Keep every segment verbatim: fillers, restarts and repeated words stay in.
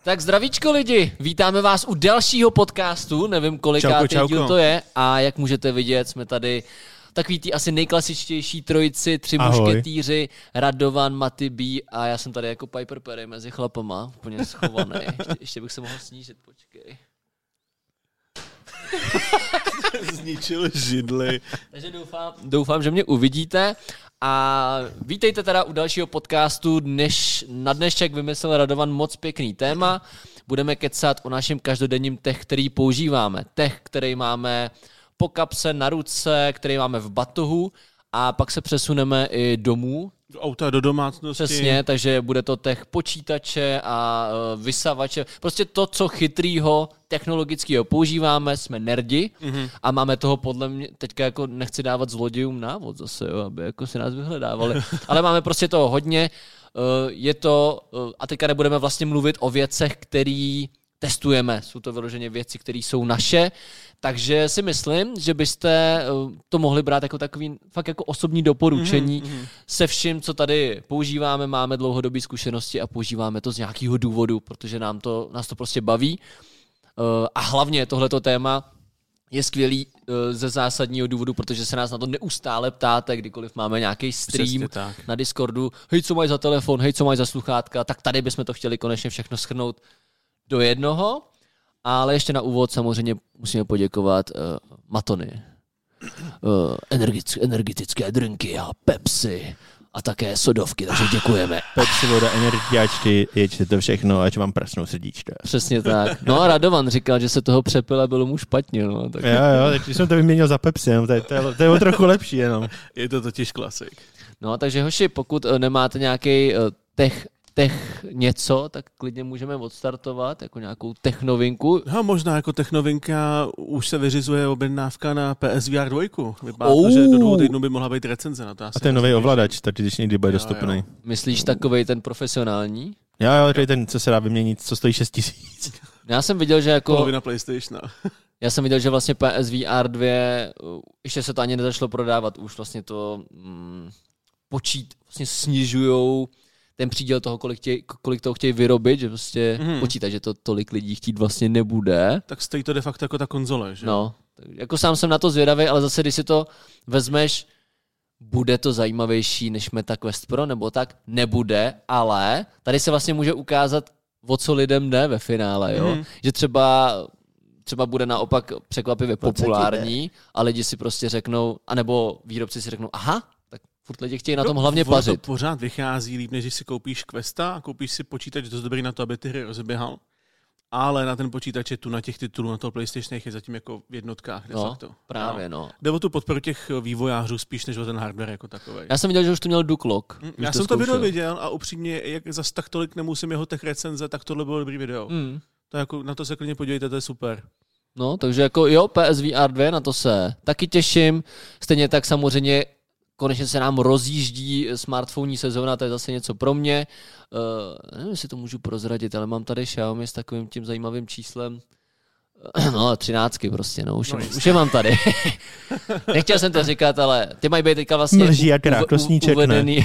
Tak zdravíčko lidi, vítáme vás u dalšího podcastu, nevím kolikátý díl to je a jak můžete vidět, jsme tady takový ty asi nejklasičtější trojici, tři Ahoj. mušketýři, Radovan, Maty B a já jsem tady jako Piper Perry mezi chlapama, úplně schovaný. Ještě, ještě bych se mohl snížit, počkej. Zničil židli. Takže doufám, doufám, že mě uvidíte a vítejte teda u dalšího podcastu. Dneš, na dnešek vymyslel Radovan moc pěkný téma. Budeme kecat o našem každodenním tech, který používáme. Tech, který máme po kapse, na ruce, který máme v batohu a pak se přesuneme i domů. Do auta, do domácnosti. Přesně, takže bude to tech počítače a uh, vysavače. Prostě to, co chytrýho, technologického používáme, jsme nerdi mm-hmm. a máme toho podle mě, teďka jako nechci dávat zlodějům návod zase, jo, aby jako si nás vyhledávali, ale máme prostě toho hodně. Uh, je to, uh, a teďka nebudeme vlastně mluvit o věcech, které testujeme. Jsou to vyloženě věci, které jsou naše, takže si myslím, že byste to mohli brát jako takový fakt jako osobní doporučení mm-hmm. se vším, co tady používáme, máme dlouhodobé zkušenosti a používáme to z nějakého důvodu, protože nám to, nás to prostě baví. A hlavně tohleto téma je skvělý ze zásadního důvodu, protože se nás na to neustále ptáte, kdykoliv máme nějaký stream na Discordu. Hej, co máš za telefon, hej, co máš za sluchátka, tak tady bychom to chtěli konečně všechno shrnout do jednoho, ale ještě na úvod samozřejmě musíme poděkovat uh, Matony. Uh, energetické, energetické drinky a Pepsi a také sodovky, takže děkujeme. Pepsi, voda, energiáčky, jeďte to všechno, ať vám prasnou srdíčka. Přesně tak. No a Radovan říkal, že se toho přepil a bylo mu špatně. No, tak... Jo, jo, teď jsem to vyměnil za Pepsi, no, to, je, to, je, to je o trochu lepší jenom. Je to totiž klasik. No takže hoši, pokud uh, nemáte nějaký uh, tech tech něco, tak klidně můžeme odstartovat jako nějakou technovinku. No, možná jako technovinka už se vyřizuje objednávka na P S V R dva. Vypadá Oh. to, že do dvou týdnů by mohla být recenze na to. A ten nový ovladač, tak když někdy bude Jo, dostupný. jo. Myslíš takovej ten profesionální? Jo, jo, to je ten, co se dá vyměnit, co stojí šest tisíc. Já jsem viděl, že jako... Polovina PlayStationa. Já jsem viděl, že vlastně P S V R dva, ještě se to ani nezačalo prodávat, už vlastně to mm, počít, vlastně snižujou ten příděl toho, kolik, tě, kolik toho chtějí vyrobit, že prostě mm. počítat, že to tolik lidí chtít vlastně nebude. Tak stojí to de facto jako ta konzole, že? No, tak jako sám jsem na to zvědavý, ale zase, když si to vezmeš, bude to zajímavější než Meta Quest Pro, nebo tak? Nebude, ale tady se vlastně může ukázat, o co lidem jde ve finále, jo? Mm. Že třeba, třeba bude naopak překvapivě populární a lidi si prostě řeknou, anebo výrobci si řeknou, aha, furt lidi chtějí na tom hlavně no, pařit. To pořád vychází líp, než když si koupíš Questa a koupíš si počítač dost dobrý na to, aby ty hry rozběhal. Ale na ten počítač je tu na těch titulů, na toho PlayStation je zatím jako v jednotkách de no, facto. Právě, no. Jde o tu podporu těch vývojářů spíš, než o ten hardware jako takový. Já jsem viděl, že už to měl Duklok. Mm, já to jsem zkoušel. To video viděl a upřímně, jak zas tak tolik nemusím jeho tech recenze, tak tohle bylo dobrý video. Mm. To jako, na to se klidně podívejte, to je super. No, takže jako jo, P S V R dva, na to se taky těším. Stejně tak samozřejmě konečně se nám rozjíždí smartphone sezóna, to je zase něco pro mě. Uh, nevím, jestli to můžu prozradit, ale mám tady Xiaomi s takovým tím zajímavým číslem. No, třináctky prostě, no, už, no, už je mám tady. Nechtěl jsem to říkat, ale ty mají být teďka vlastně Mlží jak rákosníček, uvedený.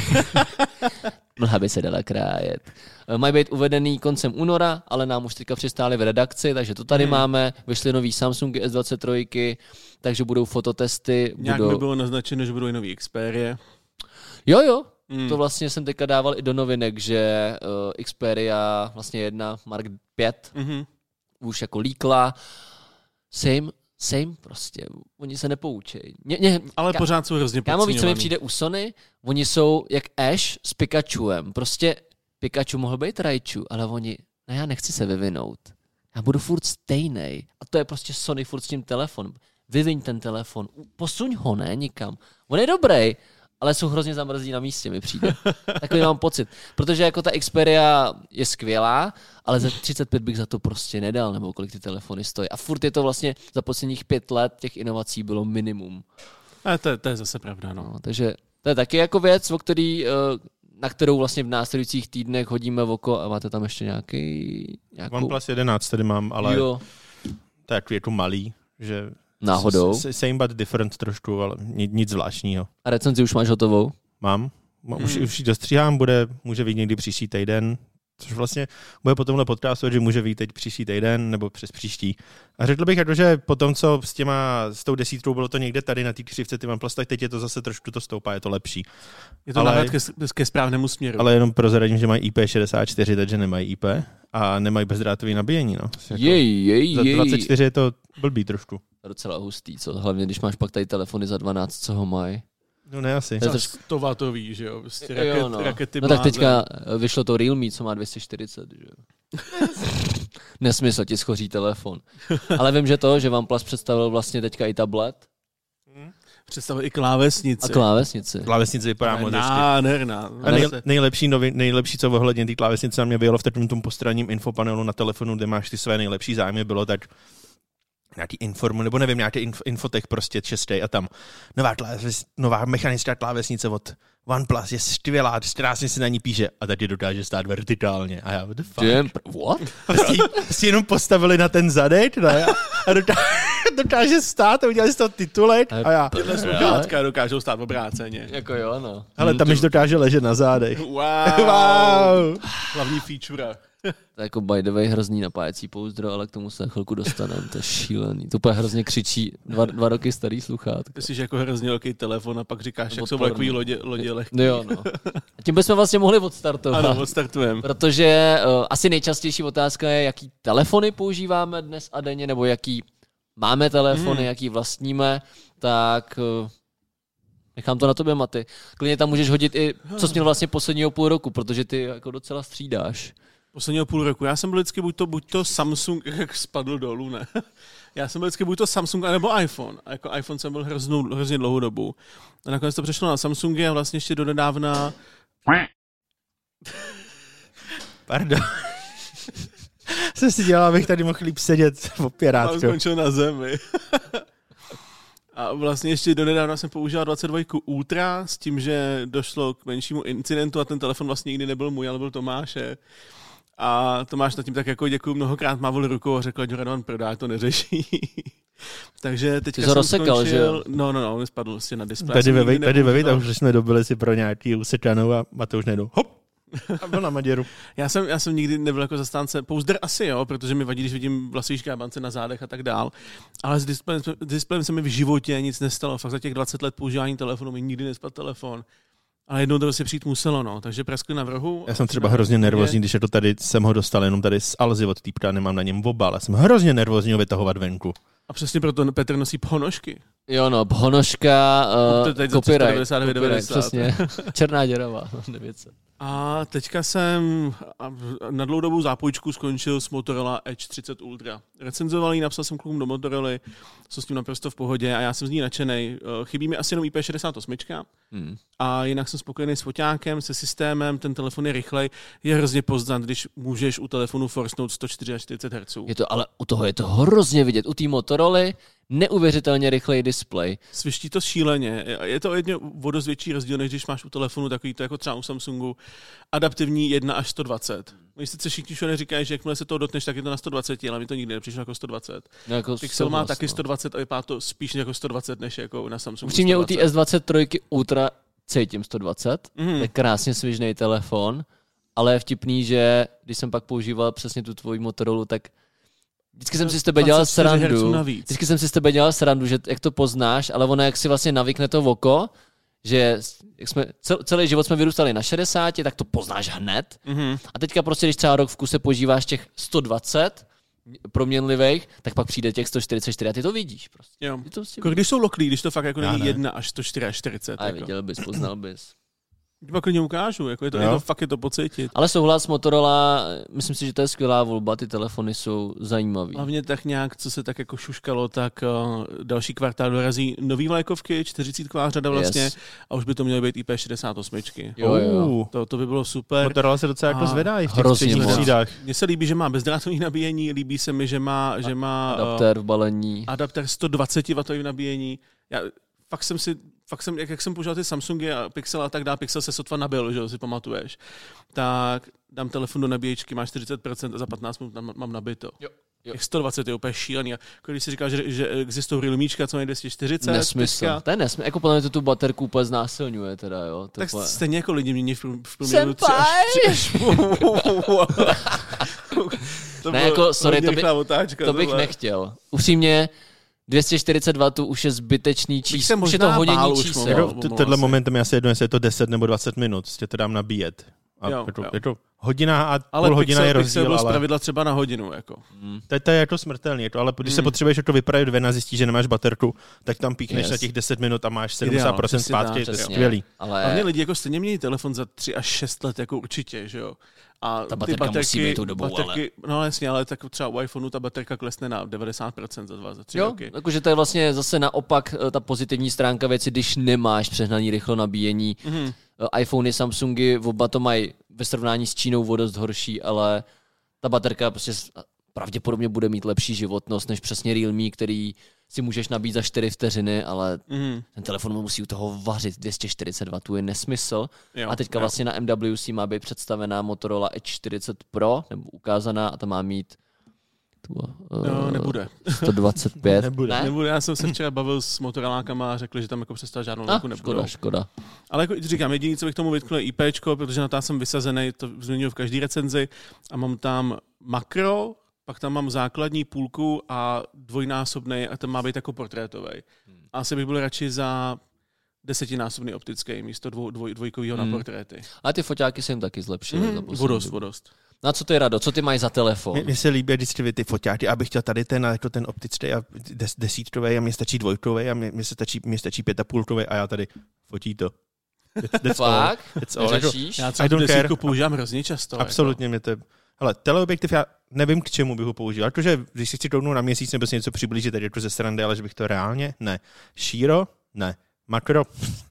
Mlha by se dala krájet. Mají být uvedený koncem února, ale nám už teďka přistáli v redakci, takže to tady hmm. máme. Vyšly nový Samsung S dvacet tři, takže budou fototesty. Nějak budou... by bylo naznačeno, že budou i nový Xperia. Jo, jo. Hmm. Mm. To vlastně jsem teďka dával i do novinek, že uh, Xperia vlastně jedna Mark pět mm-hmm. už jako líkla. Same, same prostě. Oni se nepoučejí. Mě, mě, Ale ka- pořád jsou hrozně podceňovaný. Kámo, víc, co mi přijde u Sony, oni jsou jak Ash s Pikachuem. Prostě Pikachu mohl být Raichu, ale oni, no já nechci se vyvinout. Já budu furt stejnej. A to je prostě Sony furt s tím telefonem. Vyviň ten telefon, posuň ho, ne, nikam. On je dobrý, ale jsou hrozně zamrzlí na místě, mi přijde. Takový mám pocit. Protože jako ta Xperia je skvělá, ale za třicet pět bych za to prostě nedal, nebo kolik ty telefony stojí. A furt je to vlastně za posledních pět let těch inovací bylo minimum. A to, to je zase pravda, no. no. Takže to je taky jako věc, o který, na kterou vlastně v následujících týdnech hodíme v oko. A máte tam ještě nějaký... Nějakou... OnePlus jedenáct tady mám, ale jo. to je jako, jako malý, že... Náhodou. Same but different trošku, ale nic zvláštního. A recenzi už máš hotovou? Mám. Už, hmm. už ji dostříhám, bude, může být někdy příští týden. což vlastně bude po tomhle podcastu, že může být teď příští týden nebo přes příští. A řekl bych, jako, že po tom, co s těma, s tou desítkou bylo to někde tady na té křivce ty OnePlus, tak teď je to zase trošku to stoupá, je to lepší. Je to ale, návrat ke, ke správnému směru. Ale jenom prozradím, že mají I P šedesát čtyři, takže nemají I P a nemají bezdrátový nabíjení. No. Jako jej, jej, za dvacet čtyři je to blbý trošku. Docela hustý, co? Hlavně, když máš pak tady telefony za dvanáct, co ho mají. No ne asi. To je sto watový, že jo? Prostě raket, jo no. rakety no tak teďka vyšlo to Realme, co má dvě stě čtyřicet, že jo? Nesmysl, ti schoří telefon. Ale vím, že to, že OnePlus představil vlastně teďka i tablet. Představil i klávesnici. A klávesnici. Klávesnici vypadá moc hezky. Nádherná. A nej, nejlepší, novi, nejlepší, co ohledně té klávesnice na mě bylo v takovém tom postranním infopanelu na telefonu, kde máš ty své nejlepší zájmy, bylo tak nějaký informu, nebo nevím, nějaký inf, infotech prostě čestej a tam nová, kláves, nová mechanická klávesnice od OnePlus je skvělá, krásně si na ní píše a tady dokáže stát vertikálně. A já, what the fuck? Jim, what? Prostě si jenom postavili na ten zadek, ne? A dokáže, dokáže stát a udělali z toho titulek a já. Tyhle sluchátka dokážou stát obráceně. Jako jo, no. Ale tam již dokáže ležet na zádech. Wow. Wow. Hlavní feature. To je jako by the way hrozný napájecí pouzdro, ale k tomu se chvilku dostaneme, to je šílený. To úplně hrozně křičí dva, dva roky starý sluchátko. Ty jsi jako hrozně velký telefon a pak říkáš, jak jsou takový lodě, lodě lehký. No jo, no. A tím bychom vlastně mohli odstartovat. Ano, odstartujeme. Protože uh, asi nejčastější otázka je, jaký telefony používáme dnes a denně, nebo jaký máme telefony, hmm. jaký vlastníme, tak uh, nechám to na tobě, Maty. Klidně tam můžeš hodit i, co jsi měl vlastně posledního půl roku, protože ty jako docela střídáš. Posledního půl roku. Já jsem byl vždycky buď to, buď to Samsung, jak spadl dolů, ne. Já jsem byl vždycky buď to Samsung, nebo iPhone. A jako iPhone jsem byl hroznou, hrozně dlouhou dobu. A nakonec to přešlo na Samsungy a vlastně ještě donedávna... Pardon. Jsem si dělal, abych tady mohl líp sedět v opěrátku. Mám skončil na zemi. A vlastně ještě donedávna jsem používal dvacet dva Ultra s tím, že došlo k menšímu incidentu a ten telefon vlastně nikdy nebyl můj, ale byl Tomáše. A Tomáš nad tím tak jako děkuju mnohokrát mávil rukou a řekl, že Radovan prodá, to neřeší. Takže teďka jsem rozsekal, skončil... že jo? No, no, no, on spadl si na displej. Tady ve tady ve tam už jsme dobili si pro nějaký usekanou a Mateuš nejdou. Hop! A byl na Maděru. Já jsem, já jsem nikdy nebyl jako zastánce, pouzdr asi jo, protože mi vadí, když vidím vlasový škrábance na zádech a tak dál, ale s displejem, s displejem se mi v životě nic nestalo, fakt za těch dvacet let používání telefonu mi nikdy nespadl telefon. Ale jednou to si přijít muselo, no, takže praskli na vrhu. Já jsem třeba hrozně nervózní, když je to tady, jsem ho dostal jenom tady z Alzy od týpka, nemám na něm obal, a jsem hrozně nervózní ho vytahovat venku. A přesně proto Petr nosí ponožky. Jo no, ponožka, uh, copyright, copyright přesně, černá děrava, devět set. A teďka jsem na dlouhou dobu zápojčku skončil s Motorola Edge třicet Ultra. Recenzoval ji, napsal jsem klukům do Motorola, jsou s tím naprosto v pohodě a já jsem z ní nadšenej. Chybí mi asi jenom I P šedesát osm hmm. a jinak jsem spokojený s foťákem, se systémem, ten telefon je rychlej, je hrozně poznat, když můžeš u telefonu forcnout sto čtyřicet čtyři hertzů. Je to, ale u toho je to hrozně vidět, u té Motorola neuvěřitelně rychlej displej. Sviští to šíleně. Je to jedně o dost větší rozdíl, než když máš u telefonu takový to jako třeba u Samsungu adaptivní jedna až sto dvacet. Oni sice všichni všude říkají, že jakmile se toho dotkneš, tak je to na sto dvacet, ale mi to nikdy nepřišlo jako sto dvacet. No jako Pixel má taky no. sto dvacet a vypadá to spíš jako sto dvacet, než jako na Samsungu. Upřímně u té S dvacet tři Ultra cítím sto dvacet, mm. Mhm. to je krásně svižný telefon, ale je vtipný, že když jsem pak používal přesně tu tvoji Motorola, tak vždycky jsem si s tebe dělal srandu, vždycky jsem si s tebe dělal srandu, že jak to poznáš, ale ono jak si vlastně navykne to v oko, že jak jsme, celý život jsme vyrůstali na šedesáti, tak to poznáš hned. Mm-hmm. A teďka prostě, když třeba rok v kuse používáš těch sto dvacet proměnlivých, tak pak přijde těch sto čtyřicet čtyři a ty to vidíš prostě. Jo. Ty to prostě jako když jsou loklí, když to fakt jako není ne. jedna až sto čtyřicet. a Jako. viděl bys, poznal bys. Ti pak klidně ukážu, jako je to, je to fakt je to pocítit. Ale souhlas Motorola, myslím si, že to je skvělá volba, ty telefony jsou zajímavý. Hlavně tak nějak, co se tak jako šuškalo, tak uh, další kvartál dorazí nový vlajkovky, čtyřicítková řada vlastně, yes. A už by to měly být I P šedesát osm. Jo, jo. To, to by bylo super. Motorola se docela jako zvedá i v těch hrozně středních třídách. Mně se líbí, že má bezdrátový nabíjení, líbí se mi, že má, že má adaptér v balení. Adaptér sto dvacet wattů nabíjení. Já fakt jsem si fakt jsem, jak, jak jsem používal ty Samsungy a Pixel a tak dále, Pixel se sotva nabil, že jo, si pamatuješ, tak dám telefon do nabíječky, má čtyřicet procent a za patnáct minut mám, mám nabito. Jo. Jo. Sto dvacet je úplně šílený. A když si říkal, že, že existují Realmíčka, co mají dvě stě čtyřicet. Nesmysl. Teďka. To je nesmysl. Jako podle mě to tu baterku úplně znásilňuje teda, jo. To tak úplně... stejně jako lidi mění v průměru tři až, až to ne, jako, sorry, to, by, otáčka, to bych tohle. nechtěl. Upřímně, dvě stě čtyřicet wattů už je zbytečný číslo. Už je to hodění čísel. Tenhle momentem já se jedno, jestli je to deset nebo dvacet minut, prostě to dám nabíjet. A jo, je, to, je to hodina a ale půl hodina pixel, je rozdíl, ale... ale... zpravidla třeba na hodinu, jako. Mm. To, to je jako smrtelný, to, ale když mm. se potřebuješ to vypravit ven a zjistíš, že nemáš baterku, tak tam píkneš yes. na těch deset minut a máš sedmdesát procent zpátky, to je skvělý. Ale... Hlavně lidi jako stejně mění telefon za tři až šest let, jako určitě, že jo. A ta baterka baterky, musí být tu dobou, baterky, ale... No jasně, ale tak třeba u iPhoneu ta baterka klesne na devadesát procent za dva, za tři jo, roky. Takže to je vlastně zase naopak ta pozitivní stránka věci, když nemáš přehnaný rychlo nabíjení. Mm-hmm. iPhony, Samsungy, oba to mají ve srovnání s Čínou o dost horší, ale ta baterka prostě pravděpodobně bude mít lepší životnost než přesně Realme, který si můžeš nabít za čtyři vteřiny, ale mm. ten telefon musí u toho vařit. dvě stě čtyřicet wattů je nesmysl. Jo, a teďka jo. vlastně na M W C má být představená Motorola Edge čtyřicet Pro, nebo ukázaná, a ta má mít tu, uh, no, nebude. sto dvacet pět. nebude. Ne? nebude. Já jsem se včera bavil s Motorolákama a řekli, že tam jako přestal žádnou linku nebudou. Škoda, škoda. Ale jako říkám, jediný, co bych tomu vytknul, je IPčko, protože na to jsem vysazený, to zmiňuji v každé recenzi, a mám tam makro, pak tam mám základní půlku a dvojnásobný, a ten má být jako portrétový. Hmm. A asi bych byl radši za desetinásobný optický místo dvoj, dvoj, dvojkovýho hmm. na portréty. A ty foťáky se jim taky zlepšily. Hmm. Vodost, vodost. No a co ty, Rado? Co ty mají za telefon? Mně se líbí vždycky ty foťáky, abych chtěl tady ten, jako ten optický a des, desítkový, a mně stačí dvojkový a mně stačí, mě stačí pětapůlkový a já tady fotí to. That's Fakt? All. Řešíš? Já třeba desítku používám hrozně často. Absolutně, jako. Mě to... Ale teleobjektiv, já nevím, k čemu bych ho použil. Protože když si chci kouknout na měsíc nebo si něco přiblížit, tady jako ze srandy, ale že bych to reálně, ne. Šíro, ne. Makro,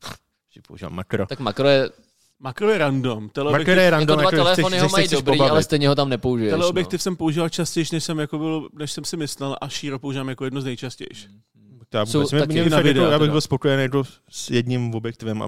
že používám makro. Tak makro je... Makro je random. Makro je random. Jako dva telefony ho mají dobrý, pobavit. Ale stejně ho tam nepoužiješ. Teleobjektiv no. jsem používal častěji, než jsem, jako byl, než jsem si myslel, a šíro používám jako jedno z nejčastěji. Já, vůbec, mě, mě fakt, jako, já bych byl spokojený jako s jedním objektivem. A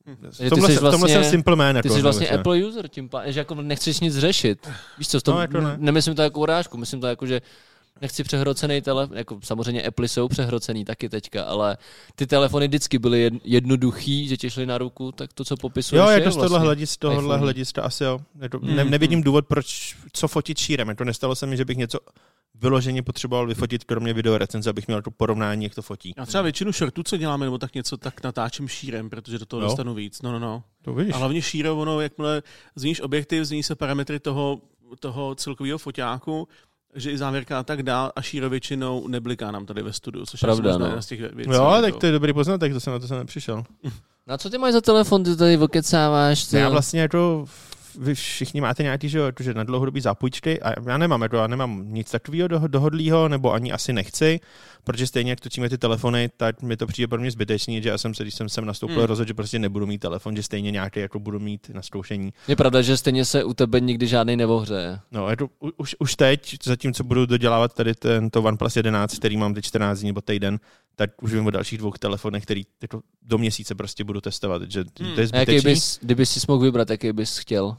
v tomhle, ty jsi vlastně, v tomhle jsem simple man. Jako, ty jsi vlastně Apple user, tím pádem, že jako nechceš nic řešit. Víš co, v tom, no, jako ne. Nemyslím to jako urážku, myslím to jako, že nechci přehrocený telefon, jako samozřejmě Apple jsou přehrocený taky teďka, ale ty telefony vždycky byly jednoduchý, že ti šly na ruku, tak to, co popisuješ, jo, je, je to z vlastně tohle hlediska, tohle hlediska asi jo. To, mm, ne, nevidím důvod, proč, co fotit šírem. To nestalo se mi, že bych něco vyloženě potřeboval vyfotit, kromě videorecenze, abych měl to porovnání, jak to fotí. Já třeba většinu shortů, co děláme, nebo tak něco, tak natáčím šírem, protože do toho jo. dostanu víc. No, no, no. To víš. A hlavně šíro, ono, jakmile změníš objektiv, změní se parametry toho, toho celkového foťáku, že i závěrka a tak dál, a šíro většinou nebliká nám tady ve studiu, což pravda, je no. z těch věcí. Jo, tak to je dobrý poznatek, to jsem na to jsem nepřišel. Na co ty máš za telefon, ty tady vokecáváš? Já vlastně jako vy všichni máte nějaký, že, že na dlouhodobý zápůjčky a já nemám, jako, já nemám nic takového dohodlýho, nebo ani asi nechci, protože stejně jak točíme ty telefony, tak mi to přijde pro mě zbytečný, že já jsem se, když jsem sem nastoupil, hmm. rozhodl, že prostě nebudu mít telefon, že stejně nějaký jako budu mít na zkoušení. Je pravda, že stejně se u tebe nikdy žádnej neohřeje. No, jako, už, už teď, zatímco budu dodělávat tady tento OnePlus jedenáct, který mám teď čtrnáct dní nebo týden, tak už vím o dalších dvou telefonech, který jako do měsíce prostě budu testovat, že hmm. to je zbytečný. A jaký bys, kdybys si mohl vybrat, jaký bys chtěl?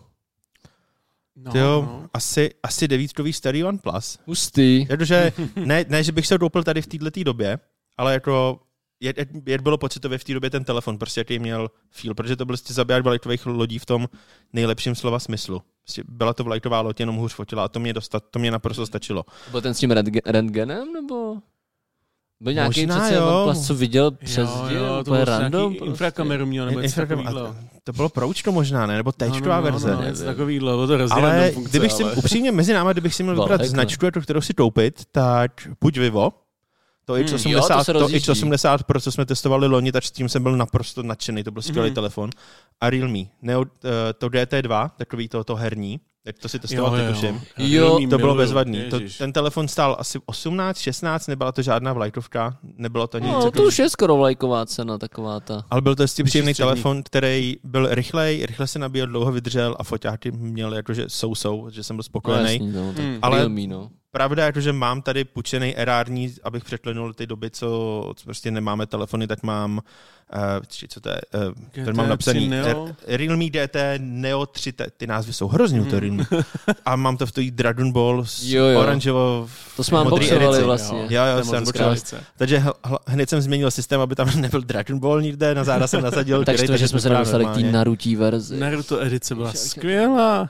No, jo, no. asi, asi devítkový starý OnePlus. Hustý. Jakože, ne, ne, že bych se doupil tady v této době, ale jako, jak, jak bylo pocitově v té době ten telefon, prostě jaký měl feel, protože to byl prostě zabiják vlajtových lodí v tom nejlepším slova smyslu. Prostě byla to vlajtová loď, jenom hůř fotila a to mě, dostat, to mě naprosto stačilo. Byl ten s tím rentgenem, nebo... Byl nějaký možná, přece OnePlus, co viděl přes díl, úplně random. Infrakameru měl, nebo něco takovýhle. To bylo Proučko možná, ne? Nebo Téčková no, no, verze. No, no, něco takovýhle, bylo to hrozně ale random funkce. Kdybych si, ale... upřímně mezi náma, kdybych si měl vybrat Valek, značku, jako kterou si koupit, tak buď Vivo, to hmm, X osmdesát, jo, to, to X osmdesát, pro co jsme testovali loni, tak s tím jsem byl naprosto nadšený, to byl skvělý mm-hmm. telefon. A Realme, Neo, to D T dva, takový to, to herní, tak to si testoval, ty tuším. Jo, to bylo bezvadný. To, ten telefon stál asi osmnáct, šestnáct, nebyla to žádná vlajkovka, nebylo to nic. No, to už je skoro vlajková cena, taková ta. Ale byl to prostě příjemný telefon, který byl rychlej, rychle se nabíjel, dlouho vydržel a foťáky měl jakože sou-sou, že jsem byl spokojený. No, jasný, no, hmm. Ale Realme, no. Pravda je to, že mám tady půjčený erární, abych překlenul ty doby, co prostě nemáme telefony, tak mám Uh, či, co to je? Uh, ten mám napsaný. Neo? Realme D T Neo tři, t- ty názvy jsou hrozný u toho Realme. A mám to v té Dragon Ball s jo, jo. oranžovo to jsme unboxovali vlastně. Jo, jo, jsem unboxovali. Takže hl- hl- hned jsem změnil systém, aby tam nebyl Dragon Ball nikde, na záda jsem nasadil. Takže to, že jsme se nedostali k té Narutí verzi. Naruto edice byla skvělá.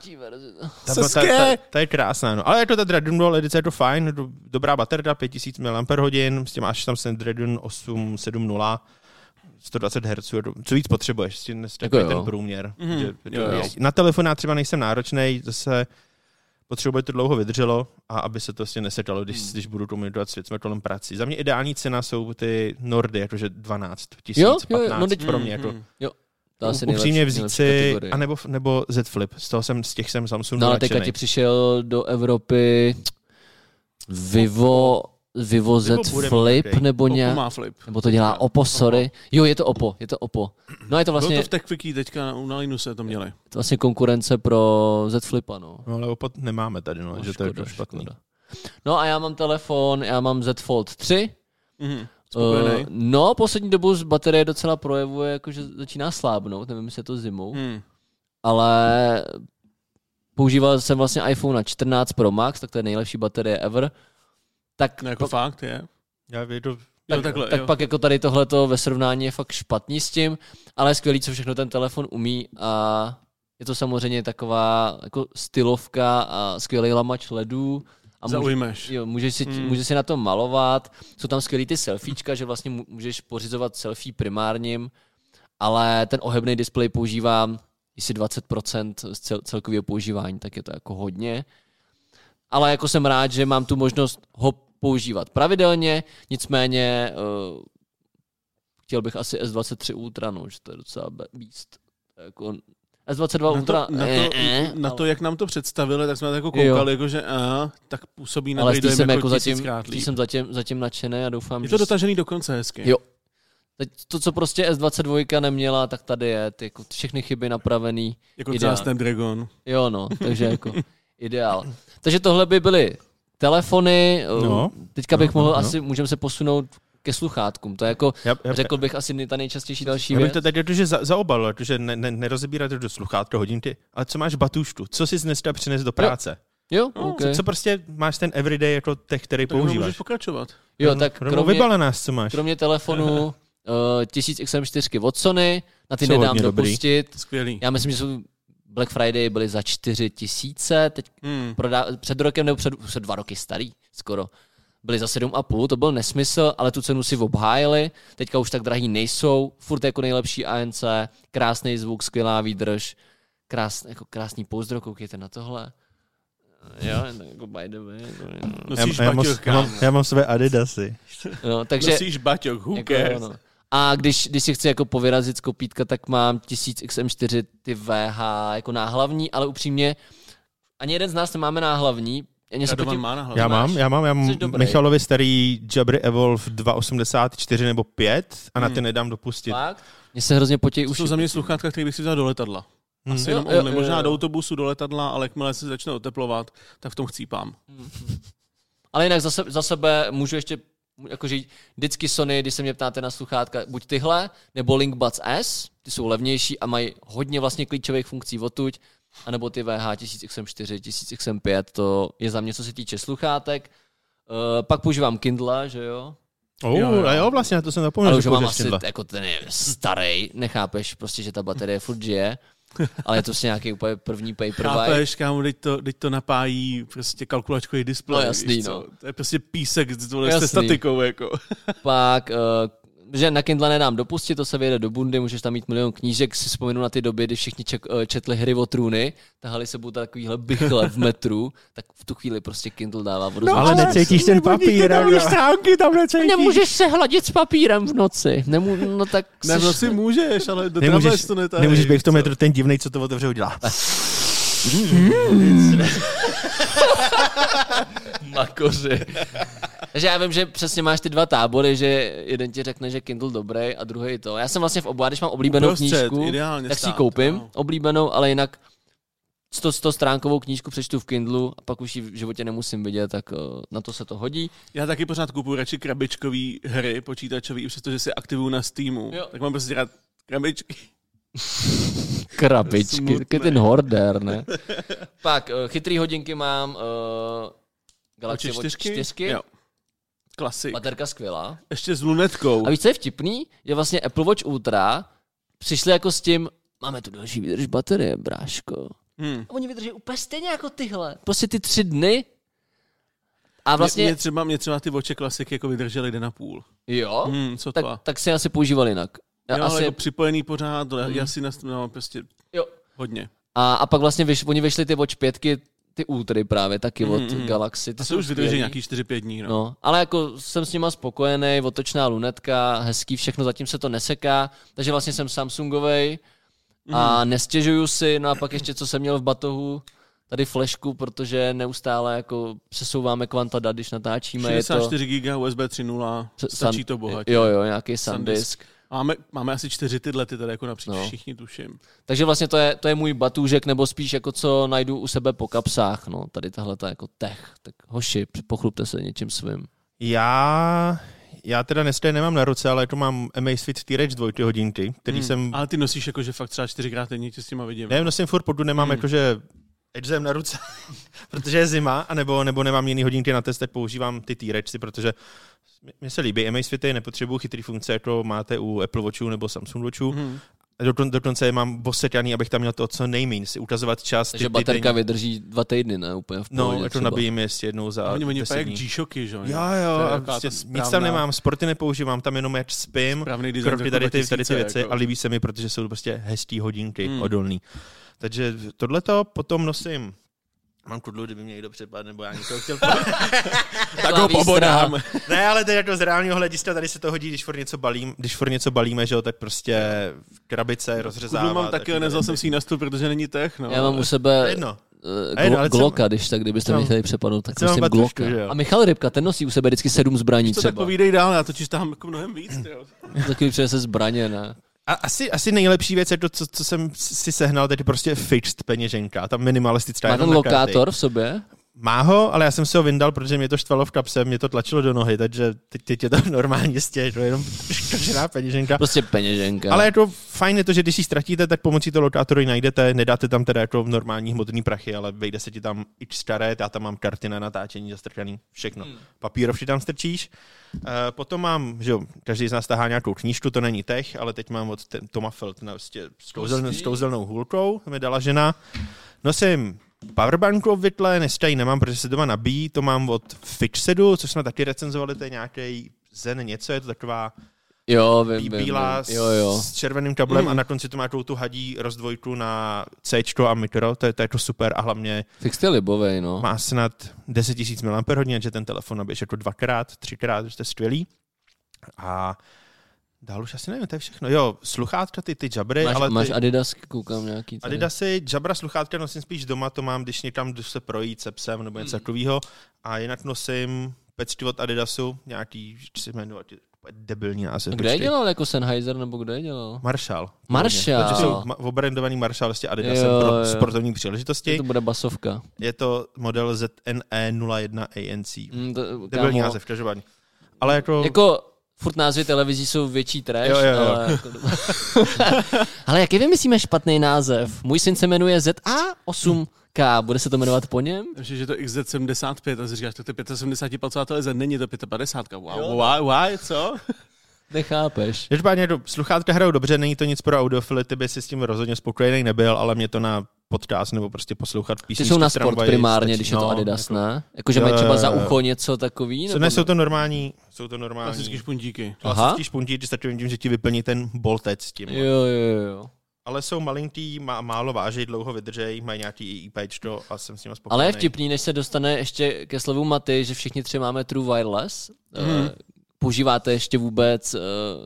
Ta je krásná, no. Ale je to ta Dragon Ball edice, je to fajn, dobrá baterka, pět tisíc miliampérhodin, s tím máš tam Snapdragon osm sedm nula. sto dvacet hertzů, co víc potřebuješ, s tím jako ten průměr. Mm, že, jo, jo. Na telefon já třeba nejsem náročnej, zase potřebuji, aby to dlouho vydrželo a aby se to vlastně nesetalo, když, když budu to monitorovat svět kolem prací. Za mě ideální cena jsou ty Nordy, jakože dvanáct tisíc, patnáct no, teď, pro mě. To, mm, jo. To asi upřímně vzít si, anebo, nebo Z Flip, z toho jsem, z těch jsem Samsungu no ale teďka ti přišel do Evropy Vivo... Vivo Z Flip, okay. nebo nějak, má Flip. nebo to dělá Oppo, sorry. Jo, je to Oppo, je to Oppo. No je to vlastně... Bylo to v TechWiki teďka na Linuxe to měli. To vlastně konkurence pro Z Flipa, no. No ale Oppo nemáme tady, no, no že škoda, to je to špatný. Škoda. No a já mám telefon, já mám Z Fold tři. Mhm. Uh, no, poslední dobu z baterie docela projevuje, jakože začíná slábnout, nevím, jestli je to zimou, hmm. ale používal jsem vlastně iPhone čtrnáct Pro Max, tak to je nejlepší baterie ever. Tak no, jako pak, fakt je. Já vědu, tak, jo, takhle, tak jo. pak jako tady tohleto ve srovnání je fakt špatný s tím, ale je skvělý, co všechno ten telefon umí a je to samozřejmě taková jako stylovka a skvělý lamač ledů. A Zaujmeš. Jo, můžeš, si, hmm. můžeš si na tom malovat, jsou tam skvělý ty selfiečka, že vlastně můžeš pořizovat selfie primárním, ale ten ohebný displej používám jestli dvacet procent z cel, celkového používání, tak je to jako hodně. Ale jako jsem rád, že mám tu možnost ho používat pravidelně, nicméně uh, chtěl bych asi S dvacet tři Ultra, no, že to je docela beast. Jako S dvacet dva na Ultra, to, na, to, eh, eh, na ale... to, jak nám to představili, tak jsme tak jako koukali, jako, že a, tak působí na dojem jsem jako jako zatím, tisíckrát líp. jsem zatím, zatím nadšený a doufám, je že... to dotažený dokonce hezky. Jo. Teď to, co prostě S dvacet dva neměla, tak tady je, ty, jako všechny chyby napravený. Jako třeba Snapdragon. Jo, no, takže jako ideál. Takže tohle by byly telefony, no, teďka bych no, mohl no. asi, můžeme se posunout ke sluchátkům. To je jako, já, já, řekl bych asi ta nejčastější další já věc. bych to tady jakože za, zaobal, protože ne, ne, nerozebírat to do sluchátka hodin ty, ale co máš batůžtu? Co jsi dneska přines do práce? Jo, no, okay. co, co prostě máš ten everyday jako tech, který tak používáš? můžeš pokračovat. Jo, tak kromě, vybalenáš, co máš? Kromě telefonu uh, tisíc X M čtyři od Sony, na ty nedám dopustit. Skvělý. Já myslím, že jsou Black Friday byly za čtyři tisíce, teď hmm. prodá, před rokem nebo před, před dva roky starý skoro. Byly za sedm a půl, to byl nesmysl, ale tu cenu si obhájili, teďka už tak drahý nejsou, furt jako nejlepší A N C, krásný zvuk, skvělá výdrž, krás, jako krásný pouzdro, koukejte na tohle. Jo, jako by the way. Nosíš já, já, baťoch, já, mám, já mám své Adidasy. No, takže, Nosíš baťoch, who jako, cares? no. A když, když si chci jako povyrazit z kopítka, tak mám tisíc X M čtyři ty V H jako náhlavní, ale upřímně ani jeden z nás nemáme náhlavní. Já, potím... má náhlavní. já mám, já mám, já mám Michalovi starý Jabry Evolve dva osmdesát čtyři nebo pět a na ty hmm. nedám dopustit. Fakt? Mně se hrozně potějí uši. To jsou za mě sluchátka, který bych si vzal do letadla. Hmm. Asi jo, jenom jo, only. jo, Možná jo. do autobusu, do letadla, ale jakmile se začne oteplovat, tak v tom chcípám. Hmm. Ale jinak za, se, za sebe můžu ještě jakože vždycky Sony, když se mě ptáte na sluchátka, buď tyhle, nebo Linkbuds S, ty jsou levnější a mají hodně vlastně klíčových funkcí odtuď, anebo ty V H tisíc X M čtyři, tisíc X M pět, to je za mě, co se týče sluchátek. Uh, pak používám Kindle, že jo? Oh, jo, jo. jo, vlastně, to jsem zapomněl, ale že už mám asi, Kindle. jako ten je starý, nechápeš prostě, že ta baterie furt žije. Ale je to si nějaký úplně první paperwhite. Chápeš, kámo, teď to, teď to napájí prostě kalkulačkový displej. No jasný, no. To je prostě písek se statikou, jako. Pak, uh, že na Kindle nedám dopustit, to se vyjede do bundy, můžeš tam mít milion knížek, si vzpomenu na ty doby, kdy všichni ček, uh, četli Hry o trůny, tahali sebou takovýhle bychle v metru, tak v tu chvíli prostě Kindle dává vodu. No, ale necítíš ten papír. Tam stránky, tam necítíš. Nemůžeš se hladit s papírem v noci. Nemů, no tak ne, v noci můžeš, ale do nemůžeš, to netají. Nemůžeš být v tom metru ten divnej, co to otevře udělá. Makoři. Takže já vím, že přesně máš ty dva tábory, že jeden ti řekne, že Kindle dobrý a druhý to. Já jsem vlastně v obu, když mám oblíbenou Uprostřed, knížku, tak si ji koupím, no. oblíbenou, ale jinak sto stránkovou knížku přečtu v Kindlu a pak už ji v životě nemusím vidět, tak uh, na to se to hodí. Já taky pořád kupuji radši krabičkový hry počítačový, přestože si aktivuju na Steamu. Jo. Tak mám prostě rád krabičky. Krabičky, taky ten hoarder, ne? Pak uh, chytrý hodinky mám uh, Galaxy Watch čtyři. Jo. Klasik. Baterka skvělá. Ještě s lunetkou. A víš, co je vtipný? Je vlastně Apple Watch Ultra přišli jako s tím, máme tu další výdrž baterie, bráško. Hmm. A oni vydrží úplně stejně jako tyhle. Prostě ty tři dny. A vlastně... Mě, mě, třeba, mě třeba ty Watche Classic jako vydrželi den a půl. Jo? Hmm, co tak, tak si asi používal jinak. Já jo, asi... ale jako připojený pořád, hmm. já si nast... no, prostě jo. hodně. A, a pak vlastně vyš, oni vyšli ty Watch pětky, ty Ultry právě taky od mm, Galaxy. Ty a to už vydrží nějaký čtyři pět dní. No. no. Ale jako jsem s nima spokojený, otočná lunetka, hezký, všechno, zatím se to neseká, takže vlastně jsem Samsungovej a mm. nestěžuju si, no a pak ještě co jsem měl v batohu, tady flešku, protože neustále jako přesouváme kvanta dat, když natáčíme. šedesát čtyři giga U S B tři nula, stačí Sun, to bohatě. Jo, jo, nějaký SanDisk. Máme, máme asi čtyři tyhle, ty tady jako napříč no. všichni tuším. Takže vlastně to je, to je můj batůžek, nebo spíš jako co najdu u sebe po kapsách, no, tady tahle ta jako tech. Tak hoši, pochlupte se něčím svým. Já, já teda dneska nemám na ruce, ale to mám Amazfit T-Rex dva hodinky, který hmm. jsem... Ale ty nosíš jako, že fakt třeba čtyřikrát denně tě s těma vidím. Ne, nosím furt, podu nemám hmm. jakože Edgem na ruce, protože je zima, anebo, nebo nemám jiný hodinky na test, tak používám ty T-Rexy, protože mně se líbí. Amazfity nepotřebují chytrý funkce, jako máte u Apple Watchů nebo Samsung Watchů. Hmm. Dokon, dokonce je mám osetaný, abych tam měl to co nejméně, si ukazovat čas. Takže baterka denní... vydrží dva týdny, ne? Úplně v pohodě. No, to nabijím ještě jednou za oni oni jak G-Shocky, že? Jo, jo, prostě nic tam nemám, sporty nepoužívám, tam jenom jak spím, kroky tady ty, tady ty věci jako... a líbí se mi, protože jsou prostě hezký hodinky, hmm. odolný. Takže tohleto potom nosím. Mám kudlu, kdyby mě někdo přepadl, nebo já někoho chtěl tak ho pobodám. Ne, ale teď jako z reálního hlediska tady se to hodí, když furt něco balím, když furt něco balíme, že jo, tak prostě krabice rozřezává. Kudlu mám taky, nezal jsem si ji na stůl, protože není tech, no. Já mám u sebe jedno. Uh, glo- Glocka, když tak, kdybyste mě chtěli přepadnout, tak nosím Glocka. A Michal Rybka, ten nosí u sebe vždycky sedm zbraní to třeba. Tak povídej dál, já totiž tam jako mnohem víc. Taky přinese zbraně, ne? A asi, asi nejlepší věc je to, co, co jsem si sehnal, tedy prostě fixed peněženka, ta minimalistická. Má ten lokátor v sobě? Má ho, ale já jsem si ho vyndal, protože mě to štvalo v kapse, mě to tlačilo do nohy, takže teď, teď je to normálně stěž, to je jenom škažená peněženka. Prostě peněženka. Ale je to fajn, je to, že když ji ztratíte, tak pomocí toho lokátoru ji najdete, nedáte tam teda jako normální hmotný prachy, ale vejde se ti tam i staré, já tam mám karty na natáčení zastrkaný, všechno. Hmm. Papírovky tam strčíš. Uh, potom mám, že jo, každý z nás tahá nějakou knížku, to není tech, ale teď mám od ten, Toma Feltna vlastně s kouzelnou hůlkou, mi dala žena. Nosím powerbanku obvykle, dneska ji nemám, protože se doma nabíjí, to mám od Fixedu, což jsme taky recenzovali, to je nějaký Zen něco, je to taková jo, vím, bílá vím, vím. Jo, jo. s červeným kablem mm. a na konci to má tu hadí rozdvojku na C a mikro, to je, to je to super a hlavně Fix je libovej, no. Má snad deset tisíc miliampérhodin, že ten telefon nabiješ jako dvakrát, třikrát, že to je skvělý. A dál už asi nevím, to je všechno. Jo, sluchátka, ty, ty jabry, máš, ale ty... Máš Adidas, koukám nějaký. Tady. Adidasy, jabra, sluchátka nosím spíš doma, to mám, když někam jdu se projít se psem nebo něco hmm. takového. A jinak nosím pečky od Adidasu, nějaký, co se jmenuje, debilní název. Kde je dělal, jako Sennheiser, nebo kde je dělal? Marshall. Marshall. Protože jsou obrandovaný Marshall vlastně Adidasem jo, pro jo. sportovní příležitosti. To bude basovka. Je to model Z N E nula jedna A N C. Mm, to, debilní název, každopádně. Ale jako... jako furt názvy televizí jsou větší trash, jo, jo, jo. ale... Jako... ale jaký vymyslíme špatný název? Můj syn se jmenuje Z A osm K, bude se to jmenovat po něm? Myslím, že to X Z sedmdesát pět, a si říkáš, to je sedmdesátipalcová televize, není to padesát pět. Wow, wow, wow, co? Nechápeš. Každopádně sluchátka hrajou dobře, není to nic pro audiofily, ty by si s tím rozhodně spokojený nebyl, ale mě to na podcast nebo prostě poslouchat písničky. Ty jsou na sport primárně, stačí, když je to Adidas, no, ne? Jakože mají třeba za ucho něco takový? Nebo ne, jsou to normální, jsou to normální. Klasický špuntíky. Klasický špuntíky, stačí tím, že ti vyplní ten boltec s tím. Jo, jo, jo. Ale jsou malinký, má, málo vážej, dlouho vydržej, mají nějaký IPčko a jsem s nimi spokojený. Ale je vtipný, než se dostane ještě ke slovu Maty, že všichni tři máme True Wireless. Mm-hmm. používáte ještě vůbec uh,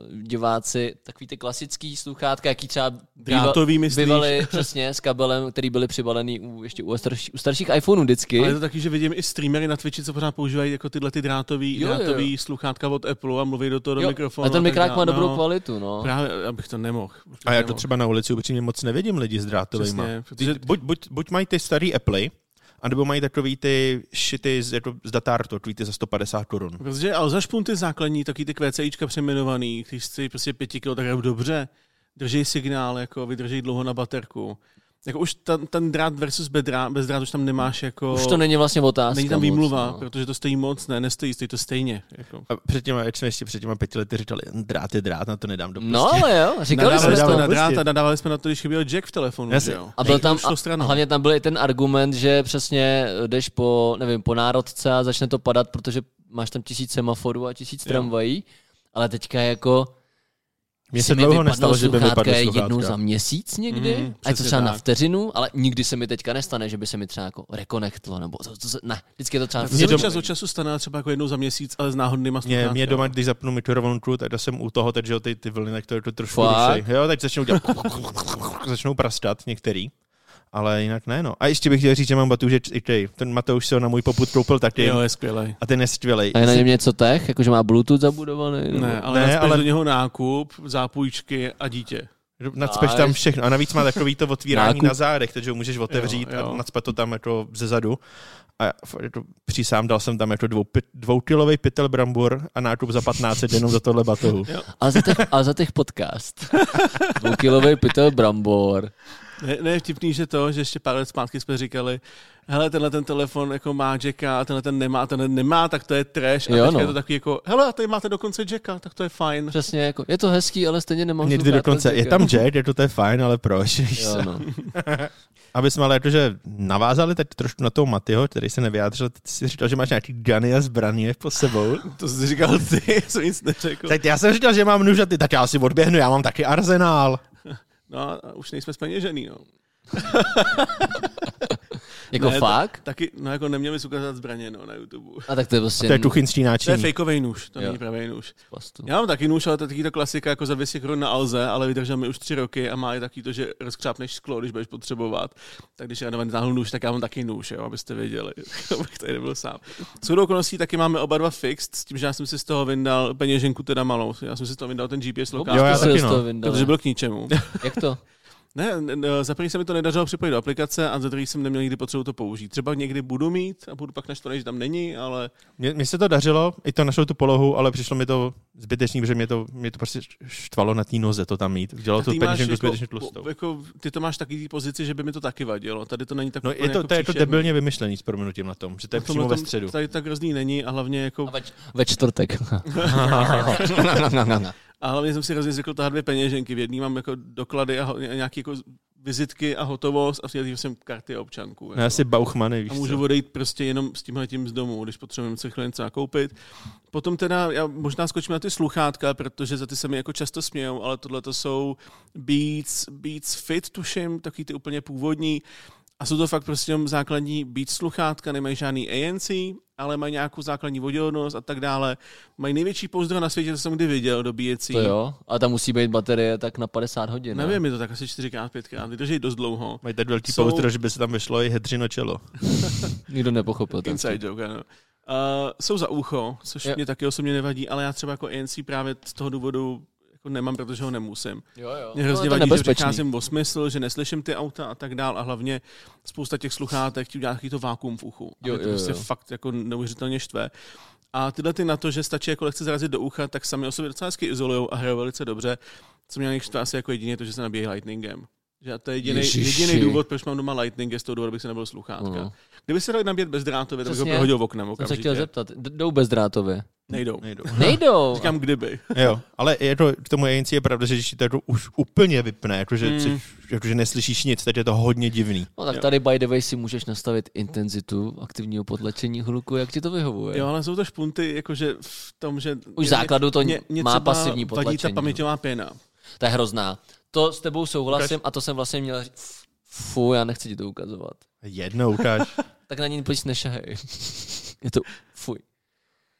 diváci takový ty klasický sluchátka, jaký třeba Drátový, myslíš? bývaly přesně s kabelem, který byly přibalený u, ještě u, starší, u starších iPhoneů vždycky. Ale je to taky, že vidím i streamery na Twitchi, co pořád používají jako tyhle ty drátový, jo, drátový jo. sluchátka od Apple a mluví do toho do jo, mikrofonu. a ten mikrák má no, dobrou kvalitu, no. Právě, abych to nemohl. A já to třeba na ulici upřímně moc nevidím lidi s drátovejma. Přesně, protože... Buď, buď, buď mají ty starý Apple, anebo mají takový ty šity z, jako z Datarto, takový ty za sto padesát korun. Protože ale za špunty základní, taky ty QCIčka přeměnovaný, když si prostě pěti kilo, tak je dobře, drží signál, jako vydrží dlouho na baterku. Jako už ten, ten drát versus bez drát, bez drát už tam nemáš jako... Už to není vlastně otázka. Není tam výmluva, moc, no. protože to stojí moc, ne, nestojí, stojí to stejně. Jako. A před těma, jak jsme ještě před těma pěti lety říkali, drát je drát, na to nedám dopustit. No ale jo, říkali nadávali jsme jsme to. na drát a nadávali jsme na to, když chyběl jack v telefonu, Jasně. že jo. A byl Nejde, tam, už šlo a stranou. hlavně tam byl i ten argument, že přesně jdeš po, nevím, po národce a začne to padat, protože máš tam tisíc semaforů a tisíc Jo. tramvají, ale teďka jako... Mně se si mi dlouho vypadnou nestalo, že by sluchátka vypadly jednou sluchátka. za měsíc někdy, Mhm, a je to přesně třeba na tak. vteřinu, ale nikdy se mi teďka nestane, že by se mi třeba jako rekonektlo, nebo to, to, to, ne, vždycky je to třeba... Mně to doma- čas od času stane třeba jako jednou za měsíc, ale s náhodnýma Mě, sluchátkama. mě doma, když zapnu mikrovlnku, tak to jsem u toho, takže ty, ty vlny, tak to, to trošku Fakt? rušej. Jo, tak začnou dělat, začnou prastat některý. Ale jinak ne, no. A ještě bych chtěl říct, že mám batůže i ty. Ten Mateuš se ho na můj popud koupil taky. Jo, je skvělej. A ten je skvělej. A je na něm něco tech, jakože má Bluetooth zabudovaný? Nebo... Ne, ale Ne, ne, ale- do něho nákup, zápůjčky a dítě. Nacpeš tam Nice. všechno. A navíc má takový to otvírání Nákup. na zádech, takže ho můžeš otevřít Jo, jo. a nacpat to tam jako ze zadu. A fakt jako přísám, dal jsem tam jako dvou, dvoukilový pytel brambor a nákup za patnáct set jenom za tohle batohu. A za těch, a za těch podcast. Dvoukilový pytel brambor. Ne, ne, je vtipný, že to, že ještě pár let zpátky jsme říkali, hele, tenhle ten telefon jako má jacka, a tenhle ten nemá, tenhle nemá, tak to je trash. A Jo, teďka no. je to takový jako, hele, a tady máte dokonce jacka, tak to je fajn. Přesně, jako, je to hezký, ale stejně nemám Někdy sluchátka dokonce, z je jacka. tam jack, je to, to je fajn, ale proč? Víš Jo, co? no. Aby jsme ale jakože navázali teď trošku na toho Matyho, který se nevyjádřil, ty jsi říkal, že máš nějaký gany a zbraně po sebou. To jsi říkal ty, jsem nic neřekl. Tak já jsem říkal, že mám nůž a ty, tak já si odběhnu, já mám taky arzenál. No a už nejsme zpeněžený, no. Jako Ne, fakt? Taky, no jako neměli jsi ukázat zbraně, no, na YouTube. A tak to je prostě... To je tuchinský To je náčiní. fejkovej nůž, to Jo. není pravý nůž. Plastu. Já mám taky nůž, ale to je taky to klasika jako za dvě stě korun na Alze, ale vydržel mi už tři roky a má i taky to, že rozkřápneš sklo, když budeš potřebovat. Tak když já netáhnu nůž, tak já mám taky nůž, jo, abyste věděli, abych tady nebyl sám. S okolností taky máme oba dva fixed, s tím, že já jsem si z toho vyndal peněženku teda malou. Já jsem si z toho vyndal ten G P S Jo, lokál, já Jste se taky, z no. toho vyndali. protože byl k ničemu. Jak to? Ne, ne, za první se mi to nedařilo připojit do aplikace a za druhý jsem neměl nikdy potřebu to použít. Třeba někdy budu mít a budu pak naštvaný, že tam není, ale Mně, mně se to dařilo, i to našlo tu polohu, ale přišlo mi to zbytečný, protože mě to, mě to prostě štvalo na té noze to tam mít. Dělalo to ty máš peněženku jako, zbytečně tlustou. jako, ty to máš taky té pozici, že by mi to taky vadilo. Tady to není tak No úplně je to, jako to je jako příšerný. debilně vymyšlený s prominutím na tom, že to je V přímo tomhle ve tom středu. Tady tak hrozný není a hlavně jako A ve, ve čtvrtek. a hlavně jsem si hrozně zvykl tahat dvě peněženky. V jedný mám jako doklady a ho- nějaký jako vizitky a hotovost a v té jsem karty a občanku. No, Jako. asi bauchmany, víš A můžu co. odejít prostě jenom s tímhletím z domu, když potřebujeme si chvíli něco nakoupit. Potom teda, já možná skočím na ty sluchátka, protože za ty se mi jako často smějou, ale tohle to jsou Beats, Beats Fit, tuším, taky ty úplně původní. A jsou to fakt prostě jenom základní Beats sluchátka, nemají žádný A N C, ale mají nějakou základní voděodolnost a tak dále. Mají největší pouzdro na světě, co jsem kdy viděl, dobíjecí. To jo, a tam musí být baterie tak na padesát hodin. ne? Nevím, je to tak asi čtyřikrát, pětkrát, vydrží dost dlouho. Mají tak velký Jsou- pouzdro, že by se tam vyšlo i hedřino čelo. Nikdo nepochopil. ten Inside vtip. joke, ano. Uh, jsou za ucho, což Jo. mě taky osobně nevadí, ale já třeba jako A N C právě z toho důvodu jako nemám, protože ho nemusím. Jo, jo. Mě No, hrozně je to vadí, že nebezpečný. přicházím o smysl, že neslyším ty auta a tak dál a hlavně spousta těch sluchátek ti udělá takový to vákuum v uchu. A Jo, mě to jo, prostě jo. fakt jako neuvěřitelně štve. A tyhle ty na to, že stačí jako lehce zarazit do ucha, tak sami o sobě docela hezky izolujou a hrajou velice dobře. Co mě štve asi jako jedině to, že se nabíjí lightningem. Že to je jediný, Ježiši. jediný důvod, proč mám doma lightning, je z toho důvodu, abych se nebyl sluchátka. No. Kdyby se dali nabíjet bezdrátově, tak bych ho Přesně. prohodil v oknem Jsem se okamžitě. chtěl zeptat, D- jdou bezdrátově? Nejdou. Nejdou. Nejdou. Říkám kdyby. Jo, ale je to, k tomu A N C je pravda, že když ti to jako už úplně vypne, jakože, Mm. mm. jakože neslyšíš nic, tak je to hodně divný. No tak Jo. tady by the way si můžeš nastavit intenzitu aktivního potlačení hluku, jak ti to vyhovuje. Jo, ale jsou to špunty, jakože v tom, že... Už v základu to mě, mě má třeba pasivní vadí ta potlačení. paměťová pěna. To je hrozná. To s tebou souhlasím a to jsem vlastně měl říct. Fu, já nechci ti to ukazovat. Jednou ukáž. Tak na ní please nešahej. Je to fuj.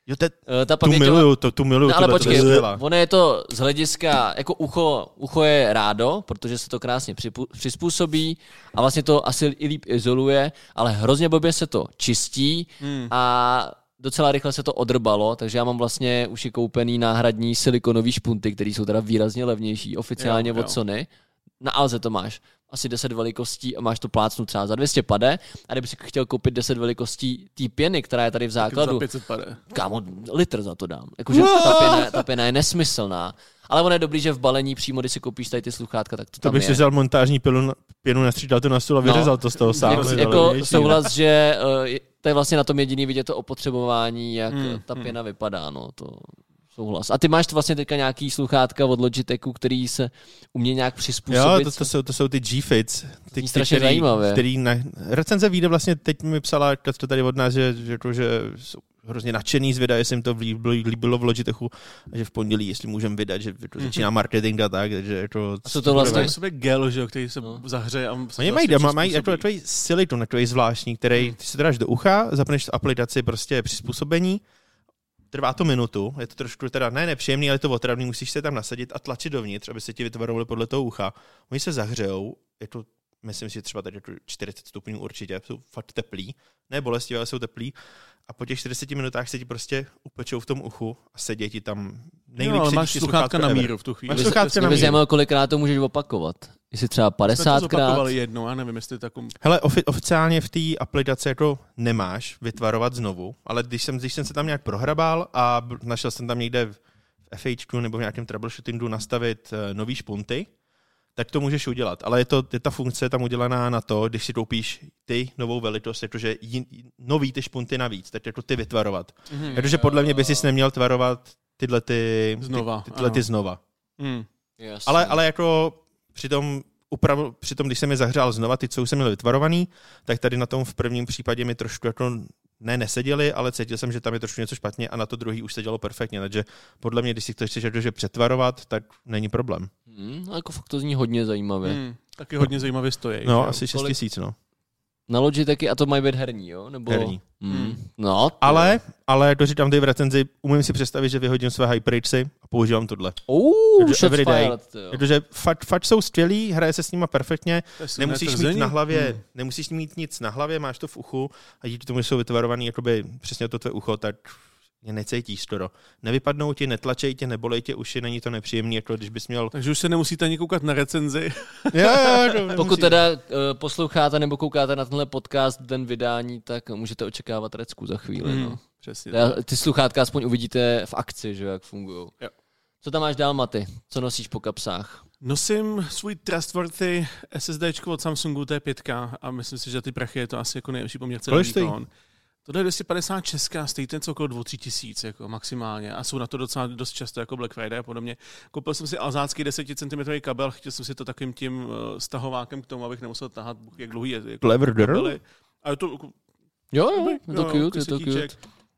Jo, te, ta tu miluju, to, tu miluju. No, ale počkej, to ono je to z hlediska, jako ucho, ucho je rádo, protože se to krásně přizpůsobí a vlastně to asi i líp izoluje, ale hrozně blbě se to čistí hmm. a docela rychle se to odrbalo, takže já mám vlastně už i koupený náhradní silikonový špunty, které jsou teda výrazně levnější, oficiálně jo, od jo. Sony. Na Alze to máš asi deset velikostí a máš to plácnout třeba za dvě stě pade a kdyby si chtěl koupit deset velikostí té pěny, která je tady v základu, za pět set pade. Kámo, litr za to dám. Jakože ta pěna, ta pěna je nesmyslná. Ale ono je dobrý, že v balení přímo, když si koupíš tady ty sluchátka, tak to, to tam je. To bych si vzal montážní pěnu, pěnu nastřídal to na stůl a vyřezal no. to z toho sám. Jako, jako souhlas, že uh, to je vlastně na tom jediný vidět to opotřebování, jak hmm, ta pěna hmm. vypadá. No, to souhlas. A ty máš vlastně teďka nějaký sluchátka od Logitechu, který se umějí nějak přizpůsobit. Jo, to, to, jsou, to jsou ty G-Fits. Ty, ty, strašně který, zajímavé. Který na, recenze vyjde vlastně, teď mi psala to tady od nás, že, že, to, že jsou hrozně nadšený z videa, jestli jim to líbilo, líbilo v Logitechu a že v pondělí, jestli můžeme vydat, že to začíná marketing a tak, takže jako... A jsou to vlastně... v sobě gel, že, který se no. zahřeje a... Oni mají, mají, mají jako takový silikon, takový zvláštní, který hmm. ty se dáš do ucha, zapneš aplikaci prostě přizpůsobení, trvá to minutu, je to trošku teda ne nepříjemný, ale je to otravný, musíš se tam nasadit a tlačit dovnitř, aby se ti vytvarovali podle toho ucha. Oni se zahřejou, je to, myslím si, třeba tady čtyřicet stupňů určitě, jsou fakt teplý, ne bolestivé, ale jsou teplý. A po těch čtyřiceti minutách se ti prostě upečou v tom uchu a sedí ti tam nejlíp. No, máš sluchátka na míru v tu chvíli. Máš sluchátka na míru. Mě kolikrát to můžeš opakovat. Jestli třeba padesátkrát. Jsme to zopakovali jednou, já nevím, jestli takovou... Hele, ofi- oficiálně v té aplikaci jako nemáš vytvarovat znovu, ale když jsem, když jsem se tam nějak prohrabal a našel jsem tam někde v FHčku nebo v nějakém troubleshootingu nastavit uh, nový špunty, tak to můžeš udělat. Ale je, to, je ta funkce tam udělaná na to, když si koupíš ty novou velikost, jakože jin, nový ty špunty navíc, tak jako ty vytvarovat. Mm-hmm. Jakože podle mě by si neměl tvarovat tyhle ty znova. Ty, tyhle ty znova. Mm. Ale, ale jako přitom, uprav, přitom, když jsem je zahřál znova, ty, co už jsem měl vytvarovaný, tak tady na tom v prvním případě mi trošku jako ne neseděli, ale cítil jsem, že tam je trošku něco špatně a na to druhý už se dělo perfektně. Takže podle mě, když si chceš že přetvarovat, tak není problém. Hmm, jako fakt to zní hodně zajímavě. Hmm, taky hodně zajímavě stojí. No, že? Asi šest tisíc, no. Na Logitechy a to mají být herní, jo? Nebo... Herní. Hmm. No, ale, ale to říkám tady v recenzi, umím si představit, že vyhodím své HyperXy a používám tohle. Uh, everyday. Protože fakt, fakt jsou skvělý, hraje se s nima perfektně, nemusíš mít na hlavě, hmm. nemusíš mít nic na hlavě, máš to v uchu a díky tomu, že jsou vytvarovaný jakoby přesně to tvé ucho, tak mě necítíš skoro. Nevypadnou ti, netlačej tě, nebolej tě uši, není to nepříjemný, jako když bys měl... Takže už se nemusíte ani koukat na recenzi. jo, jo, jo, pokud teda uh, posloucháte nebo koukáte na tenhle podcast den vydání, tak můžete očekávat recku za chvíli. Mm, no. Přesně. Ty sluchátka aspoň uvidíte v akci, že jak fungují. Co tam máš dál, Maty? Co nosíš po kapsách? Nosím svůj trustworthy SSDčko od Samsungu T pět a myslím si, že ty prachy je to asi jako nejlepší poměrce. Tohle je dvě stě padesát česká, stojí ten co okolo dva tři tisíc jako maximálně a jsou na to docela dost často jako Black Friday a podobně. Koupil jsem si alzácký deset centimetrů kabel, chtěl jsem si to takým tím uh, stahovákem k tomu, abych nemusel tahat, jak dlouhý je. Jako Clever girl? A je to... Jo, jo, je to cute, je to cute.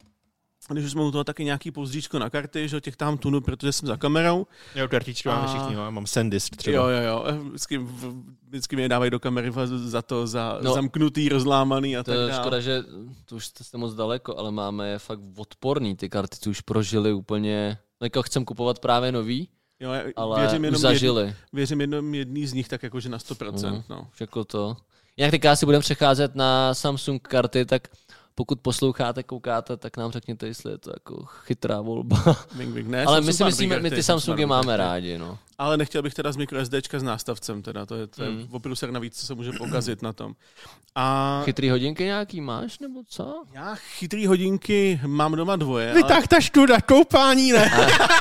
Když už jsme u toho taky nějaký pouzdříčko na karty, že těch tam tunu, protože jsem za kamerou. Jo, kartičky máme všichni, já mám SanDisk třeba. Jo, jo, jo, vždycky, vždycky mě dávají do kamery za to, za no, zamknutý, rozlámaný a tak dále. Škoda, že to už jste moc daleko, ale máme je fakt odporný, ty karty, co už prožili úplně, jako chcem kupovat právě nový, jo, ale věřím už zažili. Jedný, věřím jenom jedný z nich tak jakože na sto procent. Mm, no. Jako to. Jinak teďka si budeme přecházet na Samsung karty, tak pokud posloucháte, koukáte, tak nám řekněte, jestli je to jako chytrá volba. Bing, bing, ne, ale my si myslíme, my ty Samsungy máme rádi. No. Ale nechtěl bych teda z microSDčka s nástavcem, teda to je, to je mm. oprůser navíc, co se může pokazit na tom. A... Chytrý hodinky nějaký máš, nebo co? Já chytrý hodinky mám doma dvoje. Vytáh ale... ta štu na koupání, ne?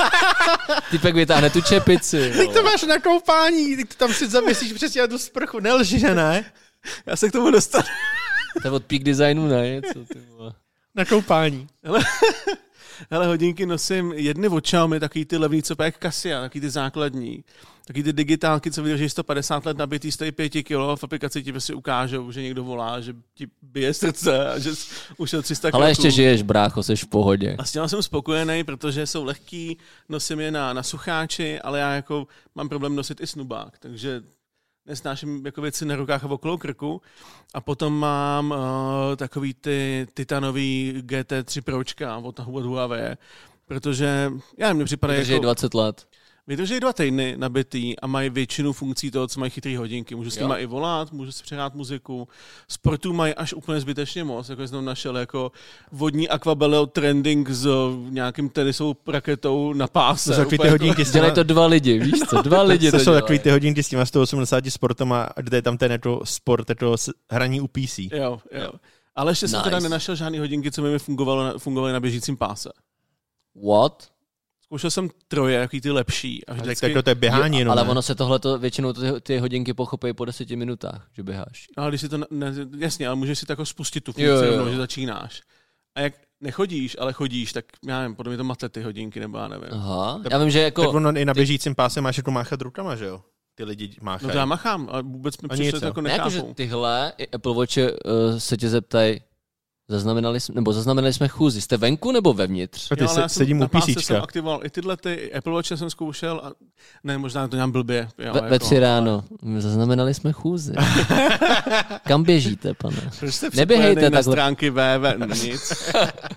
Typek vytáhne tu čepici. Teď to máš na koupání, teď tam si zavěsíš přesně na tu sprchu, nelži, že ne? Já se k tomu dostanu. To je od Peak Designu, ne? Něco, ty vole. Na koupání. Hele, hele, hodinky nosím jedny od Xiaomi, takový ty levný, co jak Casio, takový ty základní. Takový ty digitálky, co vydrží sto padesát let nabitý, stojí pět kilo, v aplikaci ti prostě ukážou, že někdo volá, že ti bije srdce a že ušel tři sta kroků. Ale ještě žiješ, brácho, jsi v pohodě. A s těma jsem spokojený, protože jsou lehký, nosím je na, na sucháči, ale já jako mám problém nosit i snubák, takže nesnáším jako věci na rukách a okolo krku. A potom mám uh, takový ty titanový G T tři Pročka od, od Huawei, protože já mně připadají Vydrží jako... dvacet let. Vydrží dva týdny nabitý a mají většinu funkcí toho, co mají chytrý hodinky. Můžu s nimi i volat, můžu si přehrát muziku. Sportů mají až úplně zbytečně moc, jako jsem našel jako vodní aquabello trending s nějakým tenisovou raketou na páse. To jsou ty hodinky s těma... Dělají to dva lidi, víš co? Dva lidi to, to jsou dělají. takový ty hodinky s těma sto osmdesáti sportama a kde je tam ten jako sport, jako hraní u P C. Jo, jo. Ale ještě nice. jsem teda nenašel žádný hodinky, co by mi fungovalo, fungovaly na běžícím páse. What? Zkoušel jsem troje, jaký ty lepší. A vždycky... Tak to je běhání, jo, ale ne? ono se tohleto, většinou ty, ty hodinky pochopí po deseti minutách, že běháš. No, ale když si to, ne, jasně, ale můžeš si to jako spustit tu funkci, jo, jo. Rovnou, že začínáš. A jak nechodíš, ale chodíš, tak já nevím, potom je to mate ty hodinky, nebo já nevím. Aha, já vím, že jako... Tak ono i na běžícím páse máš jako máchat rukama, že jo? Ty lidi máchají. No to já machám, ale vůbec mi přišlo, jako ne, nechápu. jako, že tyhle Apple Watche uh, se tě zeptají, zaznamenali jsme, nebo zaznamenali jsme chůzi. Jste venku nebo vevnitř? A ty jo, se, sedím u písíčka. jsem aktivoval i tyhle ty Apple Watche jsem zkoušel a ne, možná to nějak blbě. Jo, ve, jako, ve tři ráno. Zaznamenali jsme chůzi. Kam běžíte, pane? Proč jste Neběhejte na takhle. stránky www, no nic.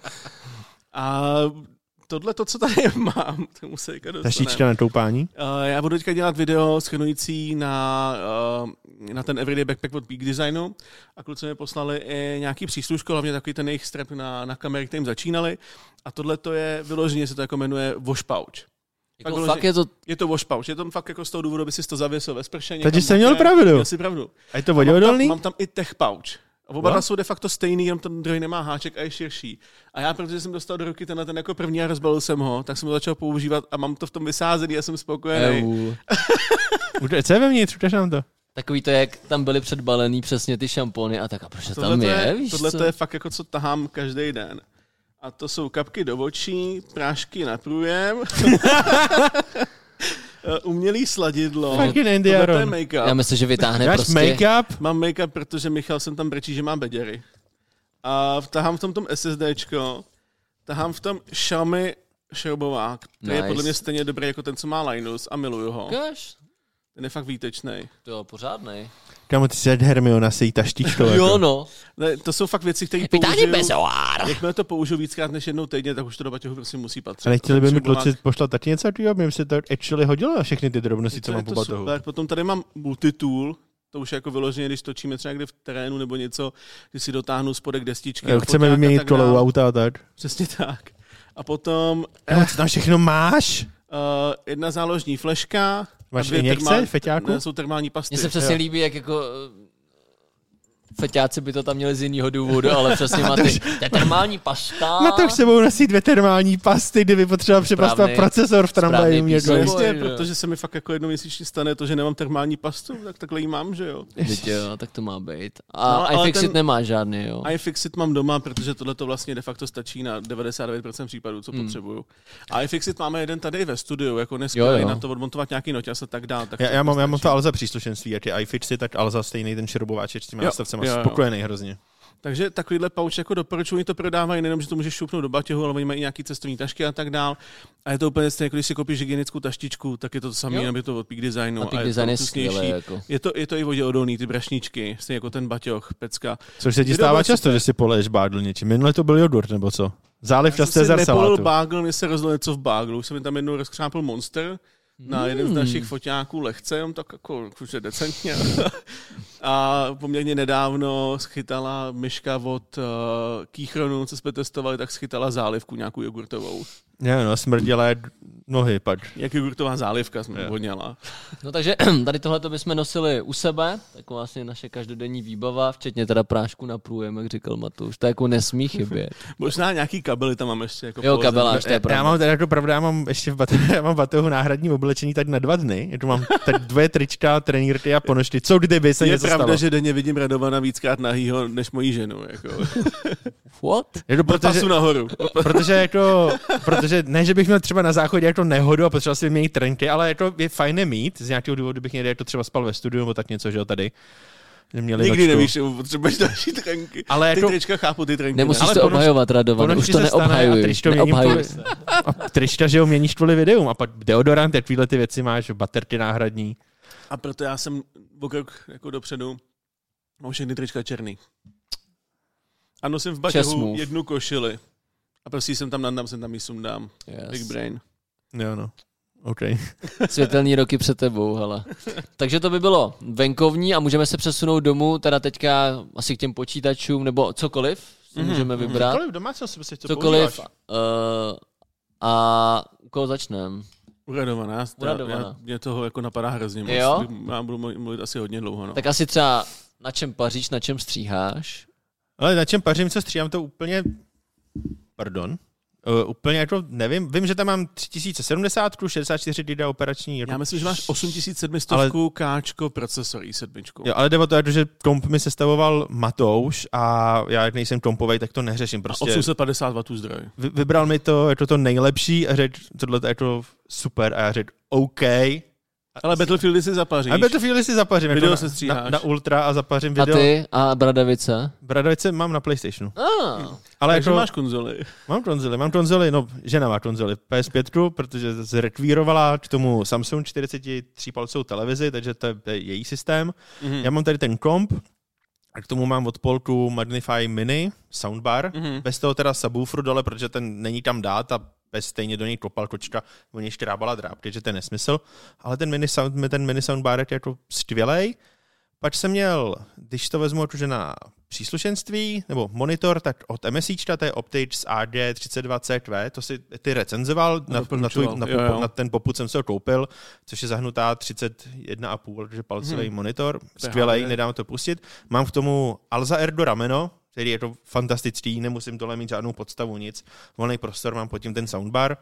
A tohle to, co tady mám, to musí teďka dostaneme. Taštička na toupání? Uh, já budu teďka dělat video shrnující na, uh, na ten Everyday Backpack od Peak Designu a kluci mi poslali i nějaký přísluško, hlavně takový ten jejich strap na, na kamery, kterým začínali. A tohle to je vyloženě, se to jako jmenuje wash pouch. Jako vyloženě, fakt je to... je to wash pouch, je to fakt jako z toho důvodu, aby si to zavěsil ve sprše. Takže jsi měl pravdu. Měl si pravdu. A je to voděodolný? Mám, mám tam i tech pouch. A oba dva jsou de facto stejný, jenom ten druhý nemá háček a je širší. A já, protože jsem dostal do ruky tenhle ten jako první a rozbalil jsem ho, tak jsem ho začal používat a mám to v tom vysázený a jsem spokojený. Co je vevnitř? Ukaž nám to. Takový to, jak tam byly předbalený přesně ty šampony a tak a proč tohle tam je, je, víš Tohle co? to je fakt jako co tahám každý den. A to jsou kapky do očí, prášky na průjem, umělý sladidlo. Fucking Tohle Indiaron. to je make-up. Já myslím, že vytáhne Máš prostě... make-up? Mám make-up, protože Michal jsem tam brečí, že mám beděry. A tahám v tom tom SSDčko, tahám v tom Xiaomi šroubovák, který nice. je podle mě stejně dobrý jako ten, co má Linus a miluju ho. Kaž? Ten je fakt výtečný. To je pořádnej. Kámo, ty jsi jak Hermiona, si jí taštíčko. Jo no. Ne, to jsou fakt věci, které použiju. Jakmile to použiju víckrát než jednou týdně, tak už to do baťohu prostě musí patřit. Ale chtěli by mi kluci pošlat taky něco, aby mi se to actually hodilo na všechny ty drobnosti, co mám po batohu. Potom tady mám multitool, to už je jako vyloženě, když točíme třeba někde v terénu nebo něco, když si dotáhnu spodek destičky. Jo, chceme vyměnit kolo u auta a tak. Přesně tak. A potom... Jo, co tam všechno máš? Uh, jedna záložní fleška. Máš injekce, termál... feťáku? Ne, jsou termální pasty. Mně se přesně jo. líbí, jak jako... Feťáci by to tam měli z jiného důvodu, ale přesně má ty termální pasta. Na to k sebou nosí dvě termální pasty, kdyby potřeba přepastovat procesor v tramvaji. Jasně, protože se mi fakt jako jednou měsíčně stane to, že nemám termální pastu, tak takhle ji mám, že jo. Teď jo, tak to má být. A no, iFixit ten... nemá žádný, jo. iFixit mám doma, protože tohle to vlastně de facto stačí na devadesát devět procent případů, co hmm. potřebuju. A iFixit máme jeden tady ve studiu, jako neskvělý na to odmontovat nějaký noťas a tak dál. Tak já, já, mám, já mám to Alza příslušenství, jak je iFixit, tak Alza stejný ten šrobováček s těmi nástavcemi. Spokojený hrozně. Takže takovýhle pouch jako doporučuji, oni to prodávají nejenom, že to můžeš šupnout do baťohu, ale oni mají nějaký cestovní tašky a tak dál. A je to úplně stejné, jako když si koupíš hygienickou taštičku, tak je to to samé, jenom je to od Peak Designu. A Peak Design je skvělé. Jako. Je to, je to i voděodolný, ty brašničky, stejně jako ten baťoch, pecka. Což se ti stává často, super. Že si poleješ bágl něčím. Minule to byl jogurt, nebo co? Záliv časté zar salátu. Já jsem si nepolil bágl, mě se rozlil něco v báglu. Už jsem mi tam jednou rozkřápl Monster. Na jeden z našich foťáků lehce, jenom tak jako už je decentně. A poměrně nedávno schytala myška od uh, Kýchronu, co jsme testovali, tak schytala zálivku nějakou jogurtovou. Ne, no, smrděla nohy, pak. Jak jogurtová zálivka jsme voněla. No takže tady tohleto bychom nosili u sebe, tak vlastně naše každodenní výbava, včetně teda prášku na průjem, jak říkal Matouš, to jako nesmí chybět. Možná nějaký kabely tam mám ještě. Jako jo, kabeláš, to je pravda. Já mám teda jako pravda, já mám ještě v batohu, já mám v batohu náhradní oblečení tady na dva dny, já tu mám tak dvě trička, trenýrty a ponožky, co kdyby se je něco pravda, stalo. Že denně vidím Radovana víckrát nahýho než moji ženu. Jako. What? Je to protože, pasu nahoru. protože jako, protože ne, že bych měl třeba na záchodě jako nehodu a potřeboval si vyměnit trenky, ale jako je fajné mít, z nějakého důvodu bych někde jako třeba spal ve studiu nebo tak něco, že jo, tady. Měli Nikdy nočku. nevíš, že potřebuješ další trenky. Ale ty jako, trička chápu, ty trenky. Nemusíš ne? to obhajovat, Radovan, už to neobhajuj. Neobhajuj. A trička, že ho měníš kvůli videum a pak deodorant, takovýhle ty věci máš, baterky náhradní. A proto já jsem o krok jako dopředu, mám všechny trička černý. A nosím v baťohu jednu košili. A prostě jsem tam nandám, jsem tam jí sundám. Yes. Big brain. Jo, no. OK. Světelný roky před tebou, hele. Takže to by bylo venkovní a můžeme se přesunout domů, teda teďka asi k těm počítačům, nebo cokoliv si mm-hmm. můžeme vybrat. Cokoliv domácnost, prostě co cokoliv. Uh, a u koho začneme? Uradovaná. Uradovaná. Mě toho jako napadá hrozně moc. Jo? Já budu mluvit asi hodně dlouho. No. Tak asi třeba na čem paříš, na čem stříháš? Ale na čem pařím, co stříhám, to úplně... Pardon. Uh, úplně jako nevím. Vím, že tam mám tři tisíce sedmdesát, šedesát čtyři giga operační. Jako... Já myslím, že máš osm tisíc sedm set ale... káčko procesor i sedm. Jo, ale jde o to, že komp mi sestavoval Matouš a já, jak nejsem kompovej, tak to neřeším. Prostě... osm set padesát wattů zdroj. Vy, vybral mi to jako to nejlepší a řekl, tohle je jako super a já řekl OK. Ale Battlefieldy si zapaříš. A Battlefieldy si zapařím. Video jako se stříháš. Na, na Ultra a zapařím video. A ty? A Bradavice? Bradavice mám na PlayStationu. Ah. Ale Takže jako, máš konzoli. Mám konzoli, mám konzoli, no žena má konzoli P S pět, protože zrekvírovala k tomu Samsung čtyřicet tři palcovou televizi, takže to je, to je její systém. Mm-hmm. Já mám tady ten komp a k tomu mám od Polku Magnify Mini soundbar, mm-hmm. bez toho teda subwooferu dole, protože ten není tam dát a bez stejně do něj kopal kočka, o něj škrábala drápky, že to je nesmysl. Ale ten mini, sound, ten mini soundbar je jako skvělej. Pak jsem měl, když to vezmu že na příslušenství, nebo monitor, tak od MSIčka, to je Optix A G třicet dva C Q, to si ty recenzoval, na, na, tu, na, jo, jo. na ten popud jsem se ho koupil, což je zahnutá třicet jedna a půl, takže palcový hmm. monitor, skvělej, nedám to pustit. Mám k tomu Alza Erdo rameno, který je to fantastický, nemusím tohle mít žádnou podstavu, nic. Volný prostor, mám pod tím ten soundbar.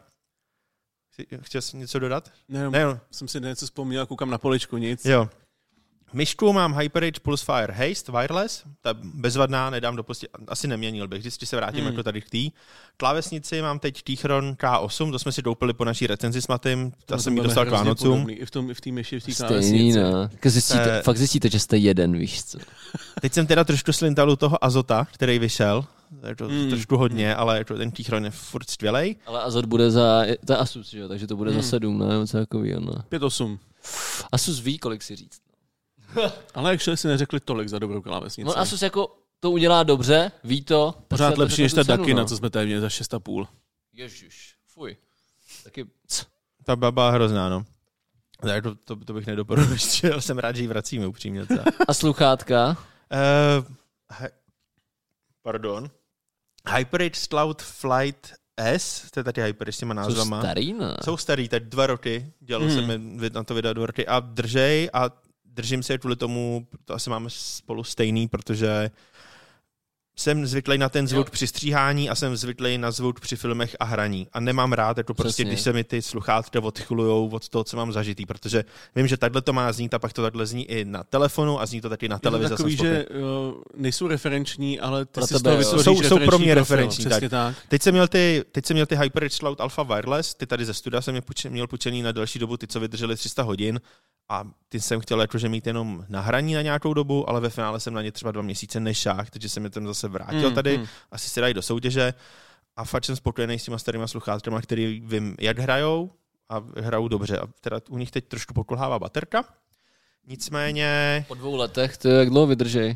Chtěl jsi něco dodat? Ne, ne no. Jsem si něco vzpomněl, koukám na poličku, nic. Jo. Myšku mám HyperX Pulsefire Haste Wireless, ta je bezvadná, nedám do posti, asi neměnil bych, vždycky se vrátím hmm. jako tady k tý. Klávesnici mám teď T-Chron K osm, to jsme si doupili po naší recenzi s Matym, ta jsem jí dostal k Vánocům. I v tom, i v té myši, v té klávesnici. Stejný, no. Zjistíte, e... Fakt zjistíte, že jste jeden, víš co. Teď jsem teda trošku slintal toho Azota, který vyšel, je to hmm. trošku hodně, ale jako ten T-Chron je furt skvělej. Ale Azot bude za, za Asus, že jo, takže to bude hmm. za sedm, ne? Co takový, no. pět osm. Asus ví, kolik si říct. Ale actually si neřekli tolik za dobrou klávesnici. No Asus jako to udělá dobře, ví to. Pořád lepší než ta Daky, na co jsme tady měli za šest a půl. Ježiš, fuj. Taky... Ta baba hrozná, no. To, to, to bych nedoporučil, jsem rád, že ji vracíme upřímně. A sluchátka? Uh, he, pardon. HyperX Cloud Flight S, to je tady HyperX s těma názvama. Jsou starý, ne? Jsou starý, tak dva roky, dělal hmm. jsem na to video dva roky a držej a držím se kvůli tomu, to asi máme spolu stejný, protože jsem zvyklý na ten zvuk jo. při stříhání a jsem zvyklý na zvuk při filmech a hraní. A nemám rád, jako prostě, když se mi ty sluchátka odchylujou od toho, co mám zažitý, protože vím, že takhle to má znít a pak to takhle zní i na telefonu a zní to taky na televizi. Je to takový, že uh, nejsou referenční, ale ty pro si z toho vytvoříš jsou, jsou pro mě referenční. Tak. tak. Teď jsem měl ty, teď jsem měl ty HyperX Cloud Alpha Wireless, ty tady ze studia jsem je měl půjčený na další dobu, ty, co vydrželi tři sta hodin. A ty jsem chtěl jakože mít jenom na hraní na nějakou dobu, ale ve finále jsem na ně třeba dva měsíce nešáhl, takže jsem je tam zase vrátil mm, tady, mm. asi se dají do soutěže a fakt jsem spokojený s těma starýma sluchátkama, který vím, jak hrajou a hrajou dobře. A teda u nich teď trošku pokulhává baterka, nicméně... Po dvou letech, to jak dlouho vydržej?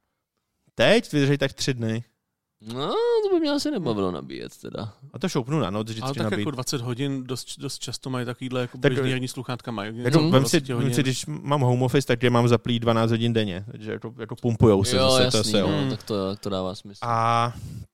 Teď vydržej tak tři dny. No, to by mě asi nebavilo nabíjet teda. A to šoupnu na noc vždycky ale tak nabít. Jako dvacet hodin dost, dost často mají takovýhle jako běžný herní sluchátka mají. Jako, vem si, vem si, když mám home office, tak je mám zaplý dvanáct hodin denně, takže jako, jako pumpujou se jo, zase. Jasný, to se, no, tak to, to dává smysl. A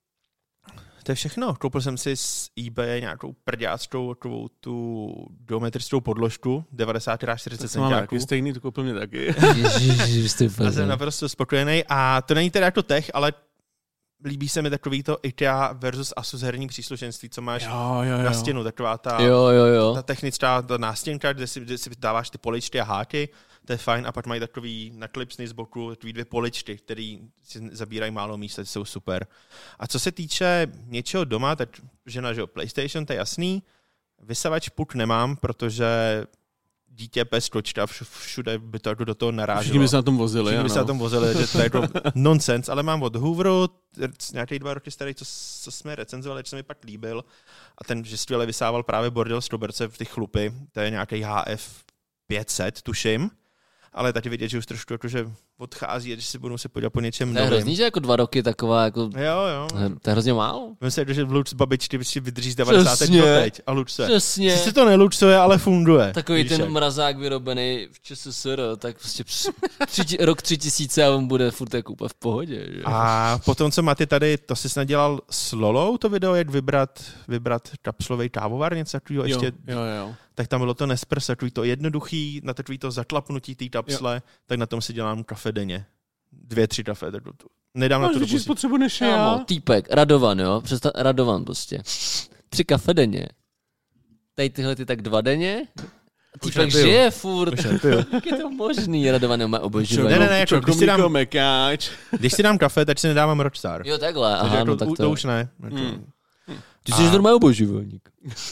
to je všechno. Koupil jsem si z eBay nějakou prďáckou takovou tu geometrickou podložku devadesát krát čtyřicet centiáků. Stejný, to koupil mě taky. Ježiš, jste a jsem naprosto spokojený. A to není teda jako tech, ale líbí se mi takový to IKEA versus Asus herní příslušenství, co máš jo, jo, jo. na stěnu, taková ta, jo, jo, jo. ta technická ta nástěnka, kde si, kde si dáváš ty poličky a háky, to je fajn, a pak mají takový naklipsný z boku, takový dvě poličky, které si zabírají málo místa, jsou super. A co se týče něčeho doma, tak žena, že jo, PlayStation, to je jasný, vysavač puk nemám, protože dítě, pes, kočka, všude by to jako do toho naráželo. Všichni by se na tom vozili. Všichni by se na tom vozili, že to je jako nonsense, ale mám od Hooveru, nějaký dva roky starý, co, co jsme recenzovali, co se mi pak líbil, a ten, že skvěle vysával právě bordel z koberce v ty chlupy, to je nějaký H F pět set, tuším, ale taky vidět, že už trošku jakože odchází, když si budou se podívat po něčem To je novém. hrozný, že jako dva roky taková jako... Jo, jo. To je hrozně málo. Myslím si, že Luč z babičky si vydrží z devadesátek Přesně. doteď a Luč se. Přesně. Sice to nelučuje, ale funguje. Takový Víš ten jak. mrazák vyrobený v ČSSR, tak prostě při, tři, rok tři tisíce a on bude furt jako úplně v pohodě. Že? A potom, co Maty tady, to jsi snad dělal s Lolou, to video, jak vybrat, vybrat kapslovej kávovar, něco takového ještě. Jo, jo. Tak tam bylo to Nespresso, takový to jednoduchý, na takový to zatlapnutí té kapsle, jo. Tak na tom si dělám kafe denně. Dvě, tři kafe. Tak to, nedám Máš na to větší dobu. spotřebu než Kámo, já. týpek, Radovan, jo, představ, Radovan prostě. Tři kafe denně. Tady tyhle ty tak dva denně. Týpek nepiju. žije furt. Už nepiju. Jak je to možný? Radovan má obožívají. Ne, ne, ne, jako, když si dám, mekáč. když si dám kafe, tak si nedávám Rockstar. Jo, takhle, Takže aha, jako, no tak to, to... to už ne. Jako, Hmm. Ty jsi normální obožívaník.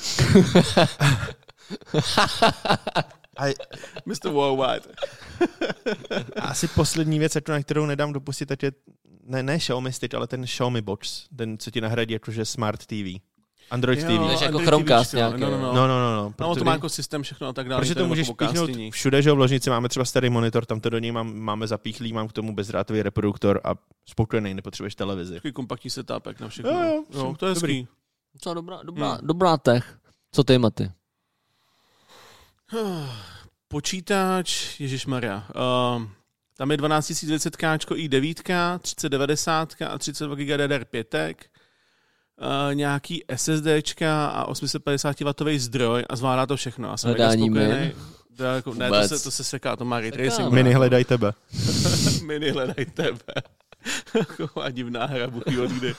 a, mister Worldwide. a asi poslední věc, jako, na kterou nedám dopustit, tak je ne, ne Xiaomi Stick, ale ten Xiaomi Box, ten, co ti nahradí jakože Smart T V. Android Jo, T V. To je jako Android Chromecast TVčko, nějaký, no, no, jo. no. No, no, no. no. No, Protože to má vy- jako systém všechno a tak dále. Protože to můžeš píchnout všude, že jo, v ložnici máme třeba starý monitor, tam to do něj mám, máme zapíchlý, mám k tomu bezdrátový reproduktor a spokojený, nepotřebuješ televizi. Takový kompaktní setup, jak na všechno. Jo, jo, jo, to je dobrý. hezký. Co dobrá, dobrá, Hmm. dobrá tech. Co ty, Maty? Počítač, ježišmarja. Uh, tam je dvanáct tisíc devět set K i devět, třicet devadesát a třicet dva giga D D R pět. Uh, nějaký SSDčka a osm set padesát wattový zdroj a zvládá to všechno. Já jsem mega Hledání spokojený. min. To je jako, ne, to Vůbec. se, to se seká, to má ray Tak tracing. ano. Mini hledaj tebe. Mini hledaj tebe. Taková divná hra, buchý odjde.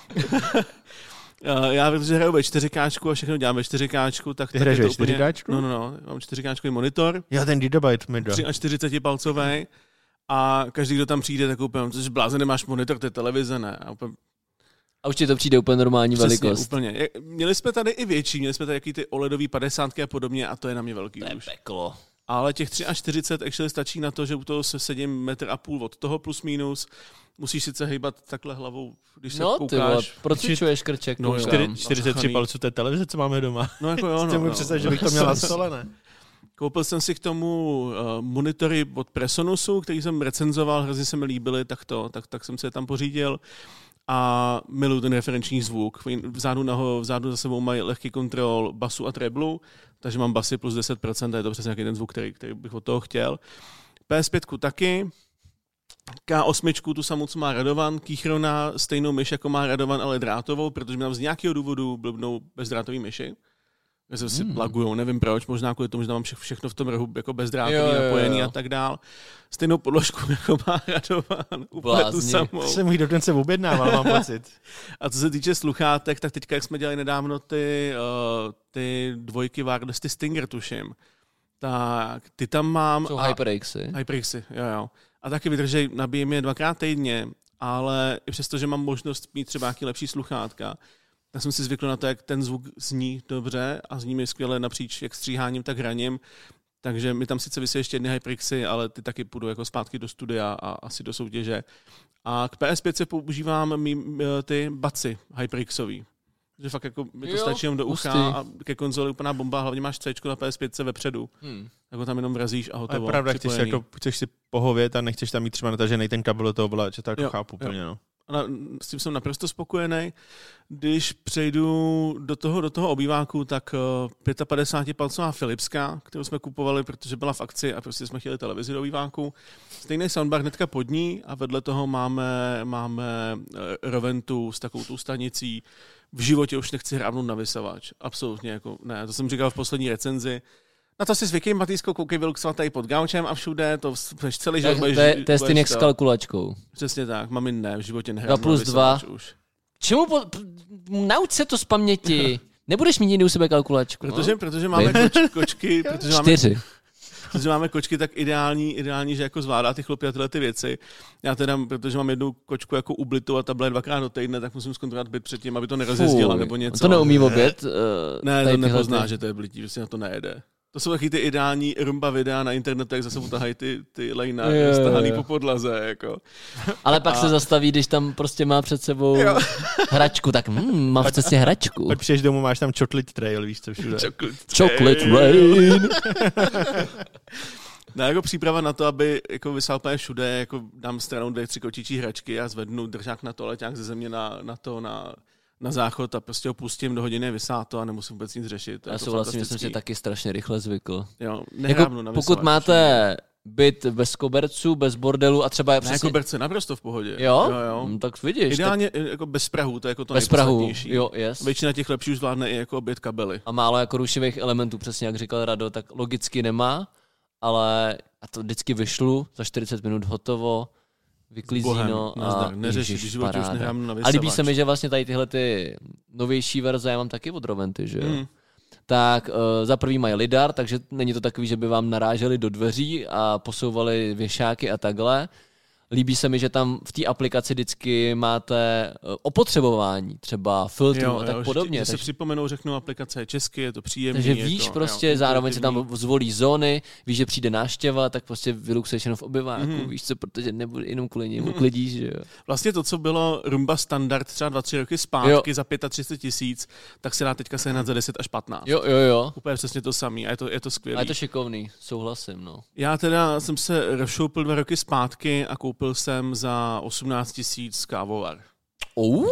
Uh, já, protože hraju ve čtyři ká a všechno dělám ve čtyři ká, tak... Ty tak hraješ je to ve čtyři ká? No, no, no, mám čtyři ká monitor, Já ten gigabyte mi dá. čtyřicet palcový a každý, kdo tam přijde, tak úplně, což blázen, nemáš monitor, to je televize, ne? A úplně, A už ti to přijde úplně normální přesně, velikost. úplně. Je- Měli jsme tady i větší, měli jsme tady jaký ty OLEDový padesátky a podobně a to je na mě velký To je už. peklo. Ale těch čtyřicet tři actually stačí na to, že u toho se sedím metr a půl od toho plus minus. Musíš sice hejbat takhle hlavou, když se No ty vole, koukáš. procvičuješ krček. No, koukám. čtyři- čtyřicet tři zachaný. palců, to je televize, co máme doma. No jako jo, no. Chci mi no, představit, no. že bych to měl na stole, ne? Koupil jsem si k tomu uh, monitory od Presonusu, který jsem recenzoval, hrozně se mi líbily, tak, to, tak, tak jsem si je tam pořídil. A miluji ten referenční zvuk. Vzadu, naho, vzadu za sebou mají lehký kontrol basu a treblu, takže mám basy plus deset procent a je to přesně nějaký ten zvuk, který, který bych od toho chtěl. P S pět taky. K osm, tu samou, co má Radovan, Keychrona, stejnou myš, jako má Radovan, ale drátovou, protože mi tam z nějakého důvodu blbnou bezdrátový myši. Já se si Hmm. lagujou, nevím proč, možná kvůli tomu, že tam mám vše- všechno v tom rohu jako bezdrátový, Jo, jo, jo. napojený a tak dál. Stejnou podložku, jako má Radovan, úplně tu Blázni. samou. To jsem jich dokonce objednával, mám pocit. A co se týče sluchátek, tak teďka, jak jsme dělali nedávno ty, uh, ty dvojky wireless, ty Stinger, tuším, tak ty tam mám... Jsou a- HyperXy. HyperXy, jo, jo. A taky vydržej, nabíjím je dvakrát týdně, ale i přesto, že mám možnost mít třeba nějaký lepší sluchátka, tak jsem si zvykl na to, jak ten zvuk zní dobře a zní mi skvěle napříč jak stříháním, tak hraním. Takže mi tam sice vysí ještě jedny HyperXy, ale ty taky půjdu jako zpátky do studia a asi do soutěže. A k P S pět používám mý, ty bacy HyperXový. Že fakt jako mi to Jo, stačí jenom do ucha hustý. a ke konzoli úplná bomba, hlavně máš C na P S pět vepředu. Hmm. Jako tam jenom vrazíš a A hotovo. je pravda, chceš, připojený. jako, chceš si pohovět a nechceš tam mít třeba natažený ten kabel do toho voláče, tak to Jo, chápu jo. úplně, no. A na- s tím jsem naprosto spokojený. Když přejdu do toho, do toho obýváku, tak uh, padesátipalcová Philipska, kterou jsme kupovali, protože byla v akci a prostě jsme chtěli televizi do obýváku. Stejný soundbar hnedka pod ní a vedle toho máme, máme uh, Roventu s takovou tu stanicí. V životě už nechci hrávnout na vysavač. Absolutně jako ne. To jsem říkal v poslední recenzi. Na to si zvykej, Matýsko, koukej vyluxovat tady pod gaučem a všude, to vš- celý Tak, život budeš... to je, to je budeš stejně jak s to- kalkulačkou. Přesně tak, mami ne, v životě nehrám Dva plus na vysavač už. Čemu po... p- nauč se to z paměti. Nebudeš mít nikdy u sebe kalkulačku. Protože, no? protože máme koč, kočky, protože máme, Čtyři. protože máme kočky, tak ideální, ideální, že jako zvládá ty chlopy a tyhle ty věci. Já teda, protože mám jednu kočku jako ublitu a ta byla dvakrát do týdne, tak musím zkontrolovat byt předtím, aby to nerozjezdila nebo něco. To neumí oběd. Uh, Ne, to nepozná, že to je blití, že si na to nejede. To jsou taky ty ideální rumba videa na internetu, jak zase utahají ty, ty lejna Jo, jo, stahaný jo. po podlaze. Jako. Ale pak A- se zastaví, když tam prostě má před sebou Jo. hračku, tak mm, má v cestě hračku. Pak přijdeš domů, máš tam chocolate trail, víš co všude. Chocolate, Chocolate rain. No, jako příprava na to, aby jako vysál úplně všude, jako dám stranou dvě, tři kočičí hračky a zvednu držák na to, leťák ze země na, na to, na, na záchod a prostě ho pustím do hodiny, vysá to a nemusím vůbec nic řešit. Já jako souhlasím, že jsem si taky strašně rychle zvykl. Jo, jako, pokud máte byt bez koberců, bez bordelu a třeba je přesně... Ne, koberce naprosto v pohodě. Jo? jo, jo. No, tak vidíš. Ideálně tak... jako bez prahu, to je jako to bez prahu, jo, yes. Většina těch lepší už zvládne i jako byt kabely. A málo jako rušivých elementů, přesně jak říkal Rado, tak logicky nemá, ale a to vždycky vyšlu, za čtyřicet minut hotovo, vyklízíno a neřešíš, a líbí se mi, že vlastně tady tyhle ty novější verze, já mám taky od Roventy, že jo. Mm. Tak uh, za prvý mají lidar, takže není to takový, že by vám naráželi do dveří a posouvali věšáky a takhle. Líbí se mi, že tam v té aplikaci vždycky máte opotřebování, třeba filtrů a tak jo, podobně. Že se připomenou, řeknu, aplikace je česky, je to příjemný. Takže víš to, prostě, jo, zároveň se tam zvolí zóny, víš, že přijde návštěva, tak prostě vyluxuješ jenom v obyváku, mm. víš co, protože nebude jenom kvůli němu uklidíš, že jo. Vlastně to, co bylo Roomba standard třeba dva, tři roky zpátky jo. za třicet pět tisíc, tak se dá teďka sehnat za deset až patnáct. Jo, jo, jo. Úplně přesně to samý a je to, je to skvělý. A je to šikovný, souhlasím, no. Já teda jsem se rozšoupil dva roky zpátky a koupil jsem za osmnáct tisíc kávovar. Uh,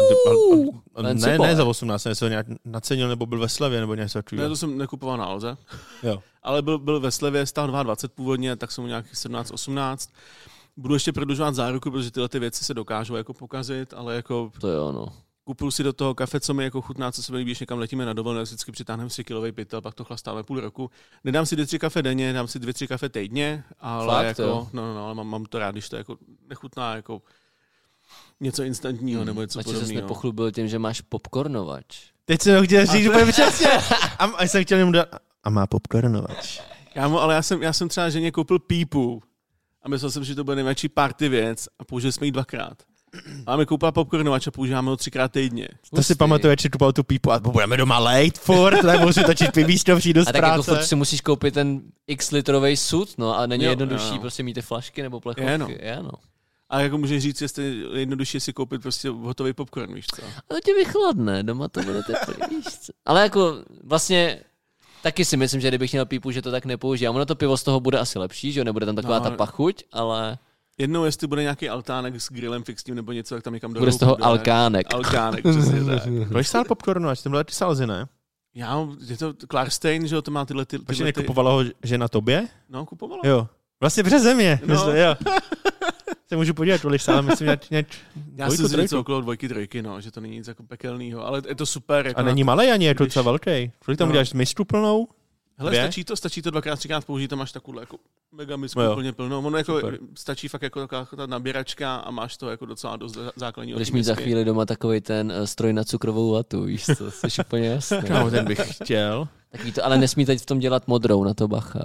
ne, ne za osmnáct, jsem se ho nějak nacenil, nebo byl ve slevě, nebo něco takového. Ne, to jsem nekupoval na Alze. Jo. Ale byl, byl ve slevě, stál dvacet dva původně, tak jsem mu nějakých sedmnáct osmnáct. Budu ještě prodlužovat záruku, protože tyhle ty věci se dokážou jako pokazit, ale jako... To jo, no. Kupuju si do toho kafe, co mi jako chutná, co se mi líbí, když někam letíme na dovolenou, vždycky přitáhneme si kilový pytel, pak to chlastáme půl roku. Nedám si dvě, tři kafe denně, dám si dvě, tři kafe týdně, ale Fakt, jako, jo. no, no, no, ale mám, mám to rád, když to jako nechutná jako něco instantního hmm. nebo něco podobného. A jsi nepochlubil tím, že máš popcornovač. Teď jsem ho chtěl říct úplně přesně. A, a jsem chtěl jim dát, a má popcornovač. Já mu, ale já jsem, já jsem třeba ženě koupil pípu a myslel jsem, že to bude největší party věc a použili jsme ji dvakrát. A mi koupila popcornovač a používáme ho třikrát týdně. To si pamatuje, že tu tu pípu a budeme doma lejt furt, tak musím točit pivýsto, přijdu z práce. A tak jako furt si musíš koupit ten x litrový sud, no a není jo, jednodušší jo. prostě mít ty flašky nebo plechovky. Je, no. Je, no. A jako můžeš říct, jestli jednodušší si koupit prostě hotový popcorn, víš co? Ale tě vychladne, doma to bude teplý, víš co? Ale jako vlastně... Taky si myslím, že kdybych měl pípu, že to tak nepoužívám. Ono to pivo z toho bude asi lepší, že nebude tam taková no, ta pachuť, ale... Jednou, jestli bude nějaký altánek s grillem fixním nebo něco, tak tam někam do bude z toho dole. Alkánek. Alkánek, přesně tak. Proč stál popcornu, až ty byly ty salzy, ne? Já, je to Klarstein, že to má tyhle ty... Proč nekupovala ho žena tobě? No, kupovala. Jo. Vlastně přeze mě. No. Myslím, jo. Se můžu podívat, kolik stále, myslím, nějak, nějak já si říct okolo dvojky, trojky, no, že to není nic jako pekelného, ale je to super. Jako a není malej ani, je to docela velký. Kolik tam no. uděláš mistru plnou? Hele, Dvě? stačí to, stačí to dvakrát, třikrát použít, tam máš takovou jako mega misku no úplně plnou. Ono jako stačí fakt jako taková ta nabíračka a máš to jako docela dost základní. Budeš mít za chvíli doma takovej ten uh, stroj na cukrovou vatu, víš co, jsi úplně jasný. No, ten bych chtěl. Takový to, ale nesmí teď v tom dělat modrou, na to bacha.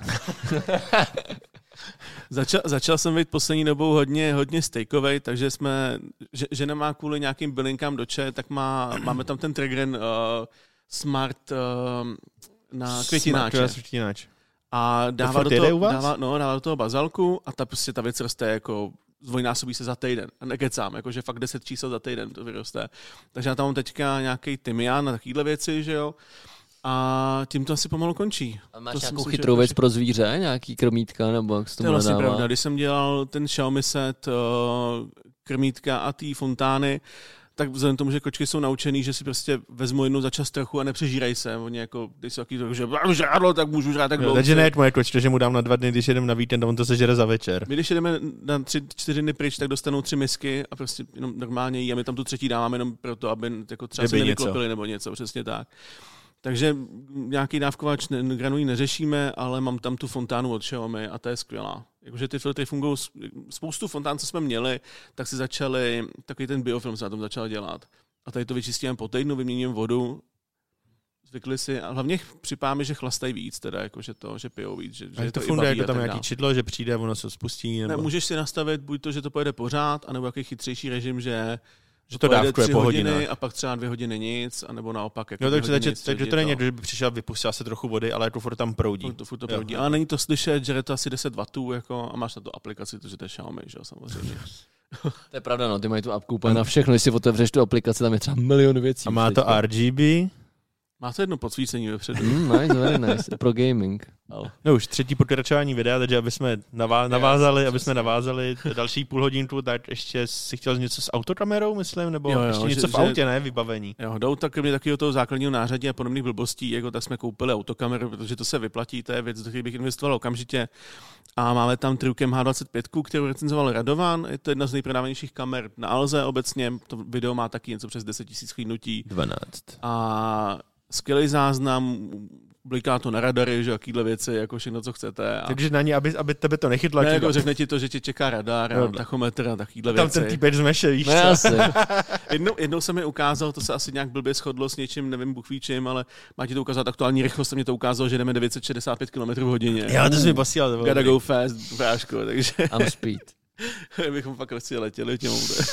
Začal, začal jsem být poslední dobou hodně, hodně steakovej, takže jsme, že, že nemá kvůli nějakým bylinkám do čaje, tak má, máme tam ten Tregren uh, Smart uh, na květináče. Smart a dává do, toho, dává, no, dává do toho bazalku a ta, prostě ta věc roste jako zdvojnásobí se za týden. A nekecám, jakože fakt deset čísel za týden to vyroste. Takže já tam mám teďka nějaký tymián a takovýhle věci, že jo. A tím to asi pomalu končí. A máš to nějakou myslím, chytrou věc pro zvíře? Nějaký krmítka? Nebo jak se to je vlastně pravda. Když jsem dělal ten Xiaomi set uh, krmítka a ty fontány, tak vzhledem tomu, že kočky jsou naučený, že si prostě vezmu jednu za čas trochu a nepřežírají se. Oni jako, když jsou takový, že mám žrádlo, tak můžu žrát tak dlouho. Takže ne, moje kočka, že mu dám na dva dny, když jedem na víkend, on to sežere za večer. My když jedeme na tři, čtyři dny pryč, tak dostanou tři misky a prostě jenom normálně jí a my tam tu třetí dáváme jenom proto, aby jako třeba se nevyklopili nebo něco, přesně tak. Takže nějaký dávkovač granulí neřešíme, ale mám tam tu fontánu od Xiaomi a to je skvělá. Jakože ty filtry fungují, spoustu fontán, co jsme měli, tak si začali, takový ten biofilm se na tom začal dělat. A tady to vyčistíme po týdnu, vyměním vodu, zvykli si, a hlavně připáme, že chlastají víc, teda, jakože to, že pijou víc. Že, a že to, to funguje jako tam nějaký čidlo, že přijde, ono se spustí? Nebo... Ne, můžeš si nastavit buď to, že to pojede pořád, anebo jaký chytřejší režim, že že to dávkuje po hodinách. A pak třeba dvě hodiny nic, anebo naopak. Jako no, takže, takže, takže to není, že by přišel, vypustil se trochu vody, ale to furt tam proudí. Furt to, furt to proudí. Ale není to slyšet, že je to asi deset wattů jako, a máš na to aplikaci, protože to je Xiaomi, že jo, samozřejmě. To je pravda, no, ty mají tu apku úplně na všechno, když si otevřeš tu aplikaci, tam je třeba milion věcí. A má to R G B? Má to jedno podsvícení vepředu. Mm, nice, very nice. Pro gaming. Oh. No už třetí pokračování videa, takže aby jsme navá- navázali, aby jsme navázali další půl hodinku, tak ještě si chtěl něco s autokamerou, myslím, nebo jo, jo, ještě něco že, v autě, ne, vybavení. Jo, jdou tak kromě takového toho základního nářadí a podobných blbostí, jako tak jsme koupili autokameru, protože to se vyplatí, to je věc, do které bych investoval okamžitě. A máme tam Triukem H dvacet pět, kterou recenzoval Radovan, je to jedna z nejprodávanějších kamer na Alze obecně, to video má taky něco přes deset tisíc chlídnutí. dvanáct. A skvělý záznam, bliká to na radary, že jakýhle věci, jako všechno, co chcete. A... Takže na ní, aby, aby tebe to nechytlo. Ne, jako řekne ti to, že tě čeká radar a tachometr a takovýhle tam věci. Tam ten týpek zmeše, víš no, co? jednou, jednou se mi ukázal, to se asi nějak blbě shodlo s něčím, nevím, buchvíčím, ale má ti to ukázat aktuální rychlost, mě to ukázalo, že jdeme devět set šedesát pět kilometrů v hodině. Já to jsi mi posílal. Gotta go fast, bráško, takže... I'm speed. bychom fakt lehce letěli těm.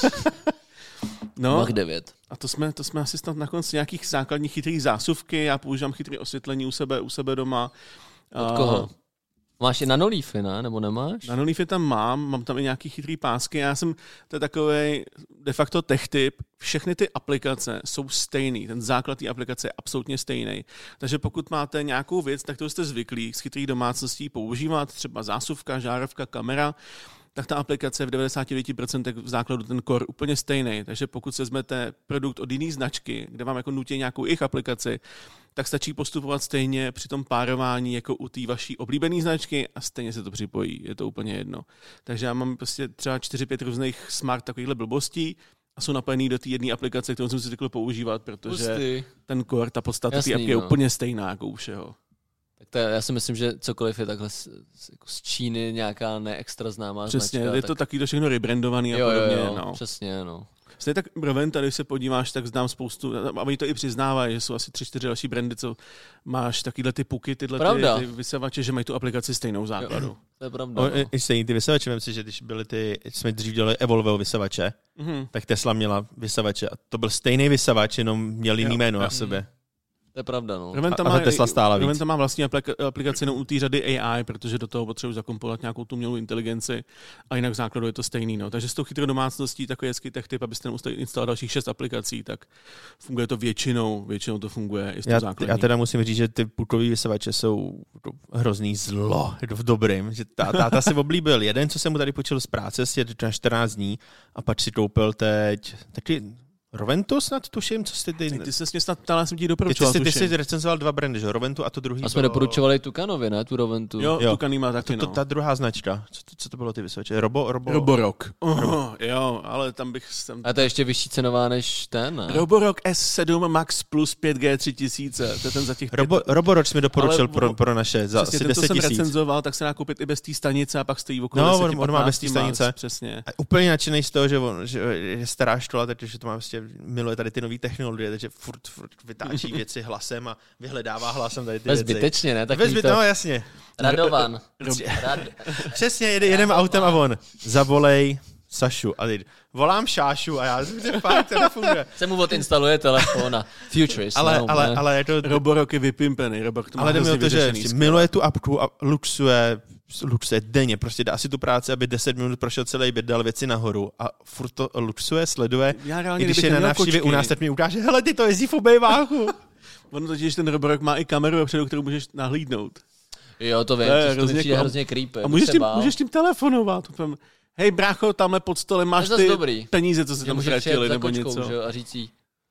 No, Mach devět. A to jsme, to jsme asi snad na konci nějakých základních chytrých zásuvky. Já používám chytré osvětlení u sebe, u sebe doma. Od koho? Máš i nanolífy, ne? Nebo nemáš? Nanolífy tam mám, mám tam i nějaký chytrý pásky. Já jsem, to je takovej de facto tech tip. Všechny ty aplikace jsou stejný. Ten základ té aplikace je absolutně stejný. Takže pokud máte nějakou věc, tak to jste zvyklí z chytrých domácností používat, třeba zásuvka, žárovka, kamera, tak ta aplikace je v devadesát devět procent v základu ten core úplně stejný. Takže pokud se vezmete produkt od jiné značky, kde vám jako nutí nějakou jejich aplikaci, tak stačí postupovat stejně při tom párování jako u té vaší oblíbené značky a stejně se to připojí. Je to úplně jedno. Takže já mám prostě třeba čtyři pět různých smart takovýchhle blbostí a jsou napojený do té jedné aplikace, kterou jsem si zvykl používat, protože Pusty. ten core, ta podstata té apky je no. úplně stejná jako u všeho. Tak to je, já si myslím, že cokoliv je takhle z, jako z Číny nějaká neextra známá přesně, značka. je tak... to taky to všechno rebrandovaný a jo, podobně. Jo, jo, no. přesně, no. Stejně tak Broventa, když se podíváš, tak znám spoustu, a oni to i přiznávají, že jsou asi tři, čtyři další brandy, co máš takovýhle ty puky, tyhle ty, ty vysavače, že mají tu aplikaci stejnou základu. Jo, to je pravda. No, no. I stejný ty vysavače, vím si, že když byly ty, jsme dřív dělali Evolveo vysavače, mm-hmm. tak Tesla měla vysavače a to byl stejný vysavač, jenom měl jiný jméno na sobě. To je pravda, no. Roventa a, a Tesla stála víc. Roventa má vlastní aplikaci jenom u té řady A I, protože do toho potřebuje zakomponovat nějakou tu umělou inteligenci a jinak v základu je to stejný. No. Takže s tou chytrou domácností takový hezký tech tip, abyste nemuseli instalovat dalších šest aplikací, tak funguje to většinou, většinou to funguje i s tou základní. Já teda musím říct, že ty pukový vysavače jsou hrozný zlo v dobrým. Že tá, táta si oblíbil jeden, co jsem mu tady počul z práce, si na čtrnáct dní a pak si koupil teď taky Roventu snad tuším, co jste ty... Ty se mě snad ptala, jsem ti doporučoval, ty, ty jsi recenzoval dva brandy, že? Roventu a to druhý. A jsme bylo... doporučovali Tukanovi, ne? Tu Roventu. Jo, jo. Tukaný má taky, to, to, no. Ta druhá značka. Co to, co to bylo ty vysvětče? Robo, Robo... Roborock. Oh, Robo. Jo, ale tam bych... Sem... A to je ještě vyšší cenová než ten, ne? Roborock S sedm Max Plus pět G tři tisíce. To je ten za těch... Robo, pět... Roborock mi doporučil ale, pro, pro naše za asi deset tisíc. Ten, co jsem recenzoval, tak se dá koupit i bez té stanice a pak stojí okolo no, deset, on, on má bez té stanice. Přesně. A úplně nadšenej z toho, že, on, že je stará škola, takže to má vlastně miluje tady ty nové technologie, takže furt, furt vytáčí věci hlasem a vyhledává hlasem tady ty věci. Zbytečně, ne? Takový Zbyt, to... No, jasně. Radovan. Rad... Přesně, jede, jedeme autem a on. Zavolej Sašu. A teď volám Šášu a já že fakt to nefunguje. Se mu odinstaluje telefon a Futurist. Ale, no, ale, ale je to... Roborock je vypimpený. Roborock to má ale jde mi o to, že skvěle. miluje tu apku a luxuje luxuje denně, prostě dá si tu práci, aby deset minut prošel celý byt, dal věci nahoru a furt to luxuje, sleduje. Já reálně, i když je na návštěvě u nás, tak mi ukáže, hele, ty to jezdí v obejváku. Ono totiž ten Roborock má i kameru vepředu, kterou můžeš nahlídnout. Jo, to vím, to, to mi přijde hrozně creepy. A můžeš tím, můžeš tím telefonovat. Hej brácho, tamhle pod stolem máš ty dobrý. peníze, co se tam ztratili, nebo kočkou, něco. Že? A říct jí,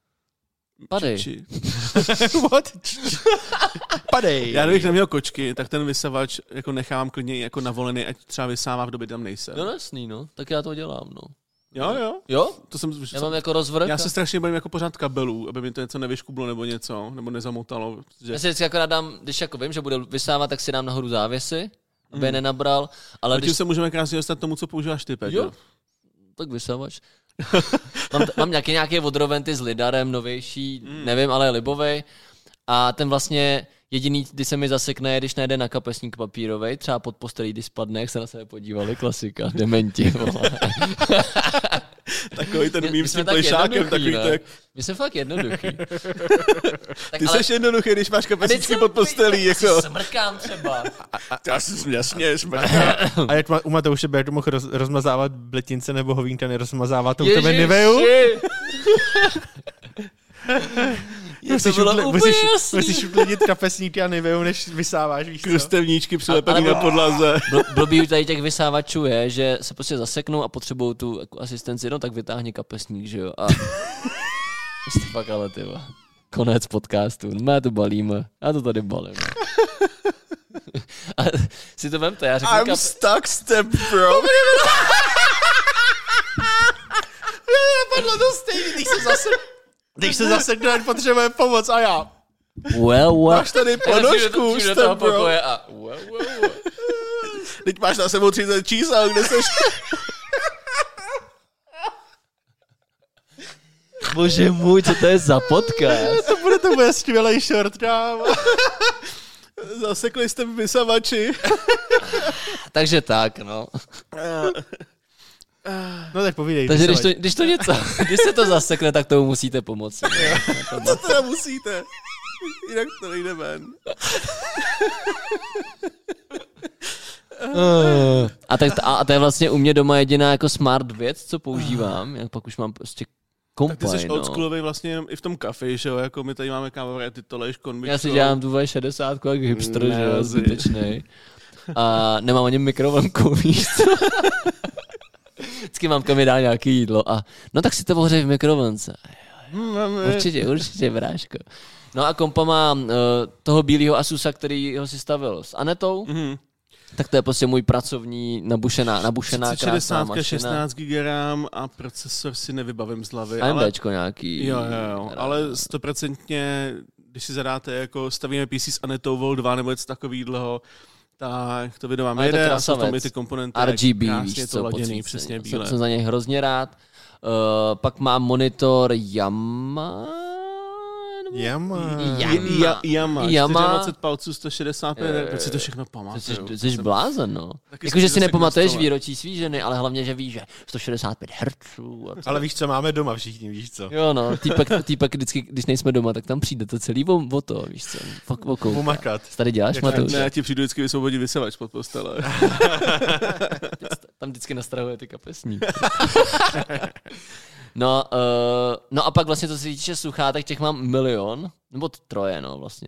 padej. What? Padej. Já kdybych neměl kočky, tak ten vysavač jako nechám klidně jako navolený, ať třeba vysává v době, tam nejsem. No jasný, no. Tak já to dělám, no. Jo, jo. Jo? To jsem, já mám jako rozvrh. Já se strašně bojím jako pořád kabelů, aby mi to něco nevyškublo nebo něco, nebo nezamotalo. Že... Já si vždycky akorát dám, když jako vím, že bude vysávat, tak si dám nahoru závěsy, aby mm. je nenabral. Ale a když... se můžeme krásně dostat tomu, co používáš ty, Petr. Jo, tak vysávač. mám, mám nějaký nějaké vodroventy s lidarem, novější, mm. nevím, ale libovej. A ten vlastně jediný, kdy se mi zasekne, je, když najde na kapesník papírovej, třeba pod postelí, když spadne, jak se na sebe podívali, klasika, dementi, vole. Takový ten mým s tím plešákem, takový tak. My jsme fakt jednoduchý. Tak, Ty ale... jsi jednoduchý, když máš kapesníčky pod postelí, jako. Já smrkám třeba. Já si jasně smrkám. A jak u Mateuše by mohl roz, rozmazávat bletince nebo hovínka nerozmazává to u tebe Niveu? Musíš, bylo upl- úplně musíš, jasný. musíš uklidit kapesníky a Niveu, než vysáváš, víš co? Krustevníčky přilepený Ale- na podlaze. Bl- blbý tady těch vysávačů je, že se prostě zaseknou a potřebují tu jako asistenci, no tak vytáhni kapesník, že jo. A prostě fakt ale tyva. Konec podcastu. No, já to balíme. Já to tady balím. A si to vemte, já řeknu I'm kap... stuck, step bro. Napadlo to stejný, když se zase... Když se zasekne, potřebuje pomoc a já. Well, well. Máš tady Já přijdu do- ponožku, přijdu do toho step bro. pokoje a well, well, well. Teď máš na sebou třicet čísel, kde seš? Bože můj, co to je za podcast? To bude, to bude skvělej short, kámo. Zasekli jste v vysavači. Takže tak, no. No tak povídej. Takže když vysavač. to, když to něco, když se to zasekne, tak tomu musíte pomoci. Co teda musíte? Jinak to nejde ven. Uh, a, tak, a, a to je vlastně u mě doma jediná jako smart věc, co používám. Já pak už mám prostě Tak ty kompaj, jsi no. oldschoolovej vlastně i v tom kafe, že jo? Jako my tady máme kámovré, ty to lejš konvičkou. Já si dělám tu V šedesát jak hipster, Ne, že jo, asi. zbytečnej. A nemám ani mikrovlnku, víš co? Vždycky mamka mi dá nějaký jídlo a no tak si to ohřej v mikrovlnce. Určitě, určitě, bráško. No a kompa má uh, toho bílého Asusa, který ho si stavil s Anetou, Mhm. tak to je prostě můj pracovní nabušená, nabušená krásná mašina. šestnáct gigabajtů RAM a procesor si nevybavím z hlavy. ale... AMDčko nějaký. Jo, jo, jo, ale stoprocentně, když si zadáte, jako stavíme P C s Anetou Vol dva nebo něco takového, tak to video vám Ale je to jede a jsou tam krasavec. i ty komponenty. R G B, krásně víš to co, laděný, podsvícený. přesně Jsem, bílé. jsem za něj hrozně rád. Uh, pak mám monitor Yamaha. Jama. Ja- Yama, Yama. dvacet čtyři palců, sto šedesát pět, Eh, proč si to všechno Jsi, pamatuju. jsi blázen, no. Taky Jakože jsem si to nepamatuješ sekl na stole. výročí svý ženy, ale hlavně, že víš, že sto šedesát pět hertzů. A co. Ale víš, co máme doma všichni, víš co? Jo, no, týpek, týpek vždycky, když nejsme doma, tak tam přijde to celý o, o to, víš co. Fakt o kouká. Umakat. Co tady děláš, Jak Matouš? Ne, já ti přijdu vždycky vysvobodit vysavač pod postele. Tam vždycky nastrahuje ty kapesníky. No, uh, no a pak vlastně, co se týče sluchátek, těch mám milion, nebo troje, no vlastně.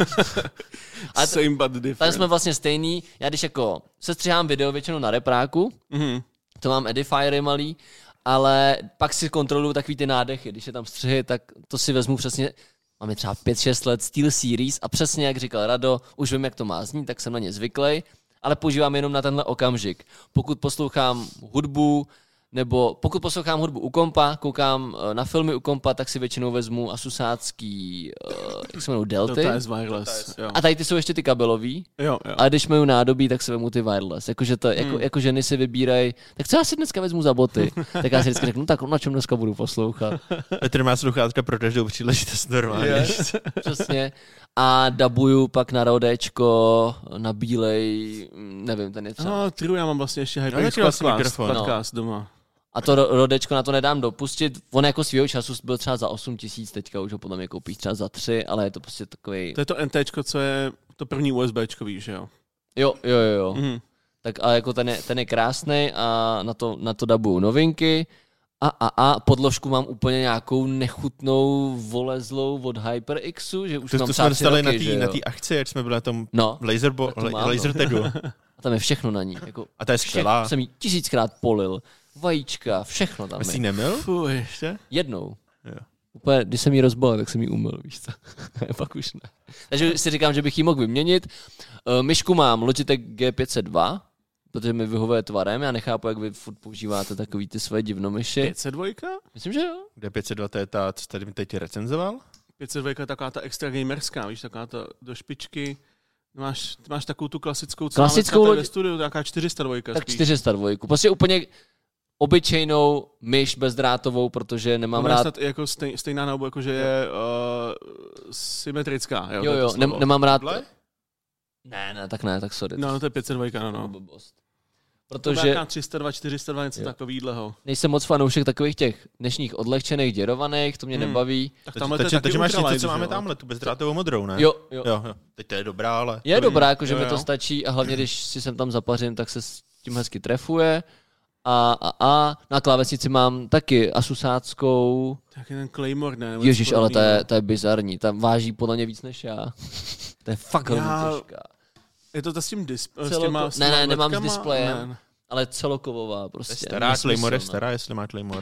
A t- Same but different. Tady jsme vlastně stejný, já když jako sestřihám video většinou na repráku, Mhm. to mám edifiery malý, ale pak si kontroluju takový ty nádechy, když je tam střihy, tak to si vezmu přesně, mám je třeba pět šest let, Steel Series a přesně jak říkal Rado, už vím, jak to má znít, tak jsem na ně zvyklý, ale používám jenom na tenhle okamžik. Pokud poslouchám hudbu, nebo pokud poslouchám hudbu u kompa, koukám eh, na filmy u kompa, tak si většinou vezmu asusácký, uh, jak se jmenují, Delty. To je wireless. Jo. A tady ty jsou ještě ty kabelový. Jo, jo. A když mají nádobí, tak si vemu ty wireless. Jakože to, jako, Hmm. jako ženy si vybírají, tak co já si dneska vezmu za boty? Tak já si vždycky řeknu, no tak na čem dneska budu poslouchat. Petr má sluchátka pro každou příležitost normálně. Yes. Přesně. A dabuju pak na rodéčko, na bílej, mm, nevím, ten je třeba. No, true, já mám vlastně ještě Já Hyperx taky vlastně podcast, mikrofon, no. podcast doma. A to ro- rodečko na to nedám dopustit. On jako svýho času byl třeba za osm tisíc, teďka už ho potom je koupíš třeba za tři, ale je to prostě takový. To je to NTčko, co je to první USBčkový, že jo? Jo, jo, jo. jo. Mhm. Tak a jako ten je, ten je krásný a na to, na to dabuju novinky. A, a, a podložku mám úplně nějakou nechutnou volezlou od HyperXu, že už To, mám to třeba jsme tři dostali roky, na že té jo. na té akci, jak jsme byli na tom No, laserbo, tak to la, mám, no. laser tagu. a tam je všechno na ní. Jako A ta je skvělá. Vše, jsem jí tisíckrát polil. Vajíčka, všechno tam Jsi ji je. nemil? Fuj. Ještě? Jednou. Jo. Úplně, když jsem jí rozbalil, tak jsem jí umyl, víš co. Pak už ne. Takže si říkám, že bych ji mohl vyměnit. Uh, myšku mám Logitech G pět set dva, protože mi vyhovuje tvarem. Já nechápu, jak vy furt používáte takový ty své divnomyši. pět set dva? Myslím, že jo. D pět set dva, to je ta, co tady mi teď recenzoval? pět set dva je taková ta extra gamerská, víš, taková ta do špičky. Máš, ty máš takovou tu klasickou, co Klasickou máme lodi- ve studiu, taková čtyři sta dva. Tak spíš. čtyři sta dva. Prostě úplně obyčejnou myš bezdrátovou, protože nemám Ona je rád... snad jako stej, stejná na obu, jako že je uh, symetrická. Jo, Jo, to je jo, to ne, slovo. nemám rád... Tohle? Ne, ne, tak ne, tak sorry. No, no, to je pět set dva, no, To no. blbost. To je Protože nějaká tři sta dva, čtyři sta dva, něco Jo. takovýhleho. nejsem moc fanoušek takových těch dnešních odlehčených, děrovaných, to mě Hmm. nebaví. Tak Takže, tamhle to je takže, taky takže máš něco, ultralight, co máme že jo? tamhle, tu bezdrátovou modrou, ne? Jo, jo. jo, jo. Teď to je dobrá, ale... Je To dobrá, vím. jako že Jo, mi to jo. stačí a hlavně, když si sem tam zapařím, tak se s tím hezky trefuje. A, a, a na klávesnici mám taky asusáckou. Tak ten Claymore, ne? Ježíš, ale to je, to je bizarní. Tam váží podle mě víc než já. To je fakt hodně Já... těžká. Je to ta s tím disp- Celoko... s těma, s těma Ne, ne, nemám s ledkama? displejem, Ne. ale celokovová prostě. Je stará, Claymore je stará, jestli má Claymore.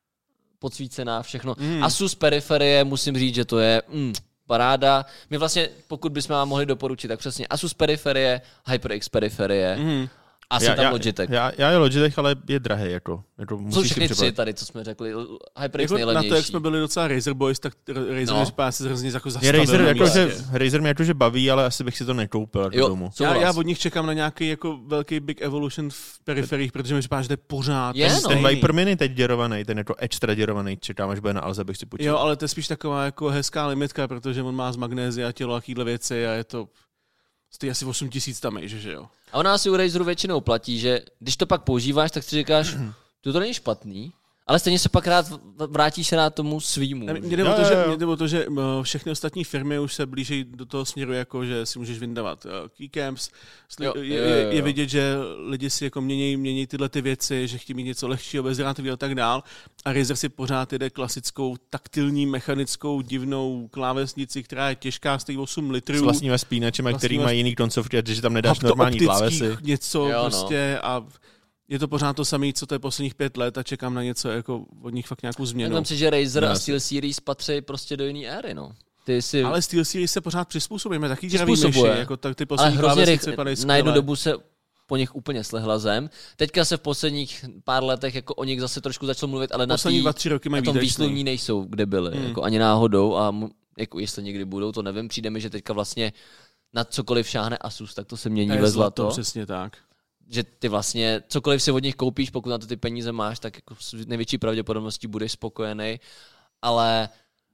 Podsvícená, všechno. Mm. Asus periferie, musím říct, že to je mm, paráda. My vlastně, pokud bychom vám mohli doporučit, tak přesně Asus periferie, HyperX periferie, Mm. asi já, tam já, Logitech. Já, já je Logitech, ale je drahý jako. jako Jsou všechny tři tady, co jsme řekli. HyperX Jako nejlevnější. na to, jak jsme byli docela Razer Boys, tak Razer No. no. vypadá se hrozně jako Je zastavil Razer, na jako, místě. že, Razer mě jako, že baví, ale asi bych si to nekoupil jako Jo, domů. Já, souhlas. já od nich čekám na nějaký jako velký big evolution v periferích, protože mi připadá, že to je pořád Je, ten no. Ten stejný. Viper Mini teď děrovaný, ten je to extra děrovaný, čekám, až bude na Alze, bych si počítal. Jo, ale to je spíš taková jako hezká limitka, protože on má z magnézia tělo a takovýhle věci a je to stojí asi osm tisíc tam, že, že jo. A ona asi u Razeru většinou platí, že když to pak používáš, tak si říkáš, to není špatný, ale stejně se pak rád vrátíš rád tomu svýmu. Ne, Mně jde o to, že, mě jde o to, že uh, všechny ostatní firmy už se blíží do toho směru, jako že si můžeš vyndávat uh, keycams. Sli- Jo, je, jo, jo, je, jo. je vidět, že lidi si jako mění, mění tyhle ty věci, že chtějí mít něco lehčího, bezdrátového a tak dál. A Razer si pořád jde klasickou taktilní, mechanickou, divnou klávesnici, která je těžká, stojí osm litrů. S vlastníma spínačema, který Vlastníma- mají jiný koncovky, že tam nedáš normální haptooptických klávesy. něco Jo, no. prostě a je to pořád to samé, co to je posledních pět let a čekám na něco jako od nich fakt nějakou změnu. Myslím si, že Razer No, a asi. SteelSeries patří prostě do jiné éry, no. Ty si... Ale SteelSeries se pořád přizpůsobujeme, taky dělaví Přizpůsobuje. myši, jako tak ty ale poslední hrozně klávesnice rychle, vypadají na jednu skvěle. dobu se po nich úplně slehla zem. Teďka se v posledních pár letech jako o nich zase trošku začalo mluvit, ale na, Poslední tý, dva, tři roky na mají tom výtečný. výsluní nejsou, kde byly, Hmm. jako ani náhodou a mu, jako jestli někdy budou, to nevím. Přijde mi, že teďka vlastně na cokoliv šáhne Asus, tak to se mění To je ve zlato, zlato. přesně tak. Že ty vlastně cokoliv si od nich koupíš, pokud na to ty peníze máš, tak jako s největší pravděpodobností budeš spokojený. Ale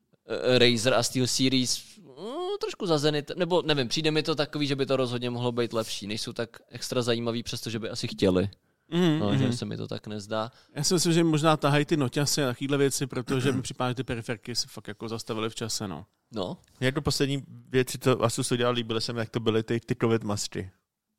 uh, Razer a SteelSeries uh, trošku za Zenith, nebo nevím, přijde mi to takový, že by to rozhodně mohlo být lepší. Nejsou tak extra zajímavý, přestože by asi chtěli. Mm, No, mm. že se mi to tak nezdá. Já si myslím, že možná tahají ty noťasy a takovéhle věci, protože mi připadá, že ty periferky se fakt jako zastavily v čase, no. No, Jako poslední věci, co Asus udělal, líbily se mi, jak to byly ty, ty COVID masky.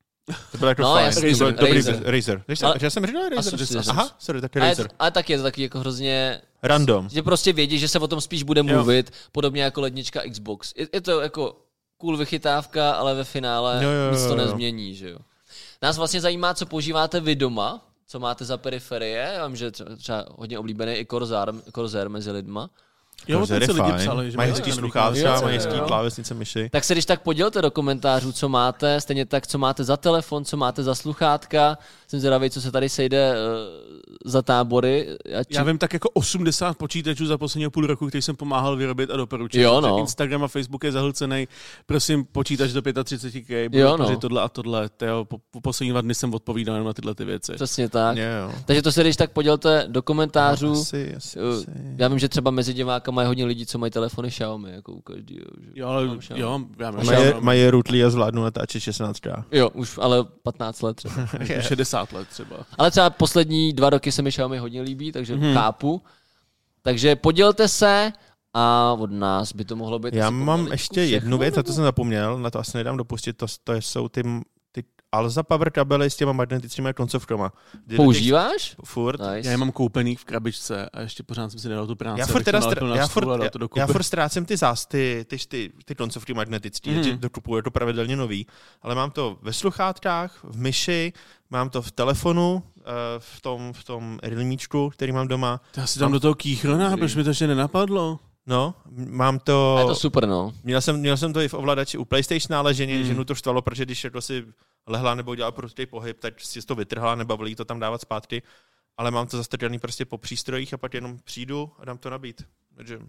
To bylo jako No, fajn. jasně, to bylo Razer, dobrý, Razer. Razer. Razer. Ale- Já jsem říkal Razer. Asus, Asus. Aha, sorry, tak ale, je Razer. to, ale tak je to taky jako hrozně, Random. že prostě vědí, že se o tom spíš bude Jo. mluvit, podobně jako lednička Xbox. Je, je to jako cool vychytávka, ale ve finále Jo, jo, nic to jo, jo. nezmění, že jo. Nás vlastně zajímá, co používáte vy doma, co máte za periferie. Já vím, že třeba, třeba hodně oblíbený i Corsair, Corsair mezi lidma. Jo, Corsair ten se je lidi fajn. psali, že Mají mají hezký dobrý sluchátka, Jo, mají jo, hezký jo. klávesnice myši. Tak se když tak podělte do komentářů, co máte, stejně tak, co máte za telefon, co máte za sluchátka. Jsem zvědavý, co se tady sejde uh, za tábory. A či... Já vím tak jako osmdesát počítačů za posledního půl roku, který jsem pomáhal vyrobit a doporučit. Jo, Takže no. Instagram a Facebook je zahlcený. Prosím, počítač do třicet pět K, budu Jo, no. podpořit tohle a tohle. Tyjo, po, po poslední dva dny jsem odpovídal jenom na tyhle ty věci. Přesně tak. Jo, jo. Takže to se když tak podělte do komentářů. Asi, asi, Uh, asi. Já vím, že třeba mezi divákama je hodně lidí, co mají telefony Xiaomi, jako u každého. Že... Jo, ale Mám Xiaomi. jo, já mám Mají, Xiaomi. mají rutlí a zvládnou natáčet šestnáct K. Jo, už ale patnáct let třeba. šedesát let třeba. Ale třeba poslední dva roky se mi Xiaomi hodně líbí, takže Mhm. chápu. Takže podělte se a od nás by to mohlo být. Já asi mám pomaličku ještě všechno, jednu věc, a nebo? to jsem zapomněl, na to asi nedám dopustit, to, to jsou ty, ty Alza Power kabely s těma magnetickými koncovkama. Kdy do těch- Používáš? Furt. Nice. Já je mám koupený v krabičce a ještě pořád jsem si nedal tu práci. Já furt, abych teda to stra- nalepil na já, stůl furt, a dal já, to já dokupy. furt ztrácím ty zás, ty, ty, ty, ty koncovky magnetické, Mhm. mm. dokupuju to pravidelně nový, ale mám to ve sluchátkách, v myši, mám to v telefonu, eh, v tom, v tom rilníčku, který mám doma. Já si tam do toho kýchrona, proč mi to ještě nenapadlo? No, mám to... A je to super, no. Měl jsem, měl jsem to i v ovladači u PlayStationu, ale ženě, Hmm. ženu to štvalo, protože když jako si lehla nebo dělala prostý pohyb, tak si to vytrhla, nebavili to tam dávat zpátky. Ale mám to zastrčený prostě po přístrojích a pak jenom přijdu a dám to nabít. Takže...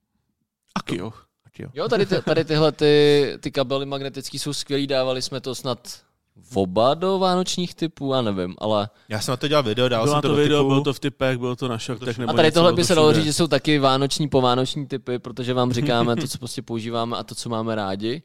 Aky jo. Tak jo. Jo, tady, ty, tady tyhle ty, ty kabely magnetický jsou skvělý, dávali jsme to snad v oba do vánočních typů, já nevím, ale... Já jsem na to dělal video, dal Bylo jsem to, to do video, typu. bylo to v typech, bylo to na šortech. nebo A tady něco, tohle bylo by to se dalo všude. říct, že jsou taky vánoční povánoční typy, protože vám říkáme to, co prostě používáme a to, co máme rádi.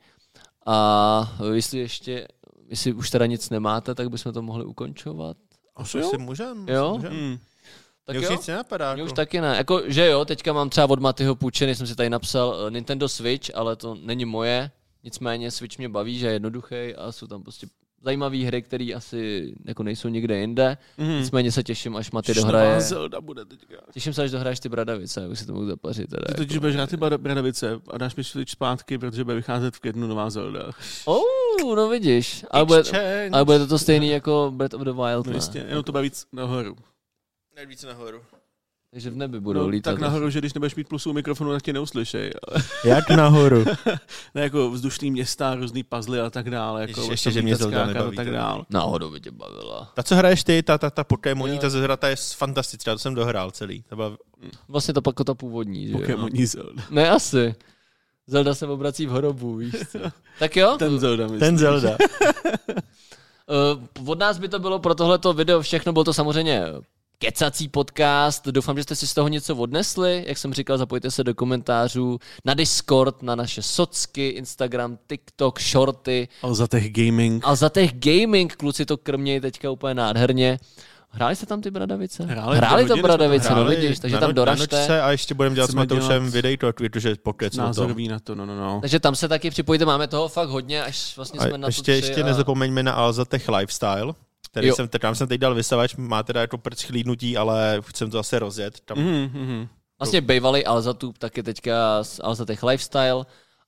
A jestli ještě, jestli už teda nic nemáte, tak bychom to mohli ukončovat. Asi jo? si můžem. Jo? Můžem. Hmm. Tak Mě už jo? nic nenapadá. Mně Jako. už taky ne. Jako, že jo, teďka mám třeba od Matyho půjčený, jsem si tady napsal uh, Nintendo Switch, ale to není moje. Nicméně Switch mě baví, že je jednoduchý a jsou tam prostě zajímavé hry, které asi jako nejsou nikde jinde. Mm. Nicméně se těším, až Maty Nová dohraje. Zelda bude teďka. Těším se, až dohraješ ty bradavice, abych si to mohl zapařit. Teda, Ty totiž jako, budeš hrát ty brada- bradavice a dáš mi Switch zpátky, protože bude vycházet v květnu nová Zelda. Oh, no vidíš. Ale bude, ale bude to to stejný jako Breath of the Wild. No jistě, jenom to bude víc nahoru. Ne, víc nahoru. Takže v nebi budou No, lítat. tak nahoru, že když nebudeš mít plusů mikrofonu, tak tě neuslyšej. Ale... Jak nahoru? ne, jako vzdušný města, různý puzzle a tak dále. Jako Ježiš, ještě, že mě Zelda nebaví. tak dále. Náhodou by tě bavila. Ta, co hraješ ty, ta, ta, ta Pokémoní, Jo. ta hra, ta je fantastická, to jsem dohrál celý. To byla... Vlastně to pak ta původní, že jo? Pokémoní Zelda. Ne, asi. Zelda se obrací v hrobu, víš co. Tak jo? Ten Zelda, myslím. Ten Zelda. Uh, od nás by to bylo pro tohleto video všechno, byl to samozřejmě kecací podcast, doufám, že jste si z toho něco odnesli, jak jsem říkal, zapojte se do komentářů na Discord, na naše socky, Instagram, TikTok, shorty, Alzatech Gaming. Alzatech Gaming, kluci to krmějí teďka úplně nádherně. Hráli jste tam ty bradavice? Hráli, Hráli dvě to hodiny bradavice, jsme to no hráli. vidíš, takže Na tam noč- doražte. Na nočce a ještě budeme dělat s Chceme Matoušem dělat videj to, protože pokec o tom. Názorový na to, no, no, no. Takže tam se taky připojte, máme toho fakt hodně, až vlastně jsme A na ještě, to ještě tři a... nezapomeňme na Alzatech Lifestyle, který Jo. jsem, tam jsem teď dal vysavač, má teda jako prd schlídnutí, ale chcem to zase rozjet. Tam... Mm, mm, Vlastně bývalý Alzatub, taky teďka z Alzatech Lifestyle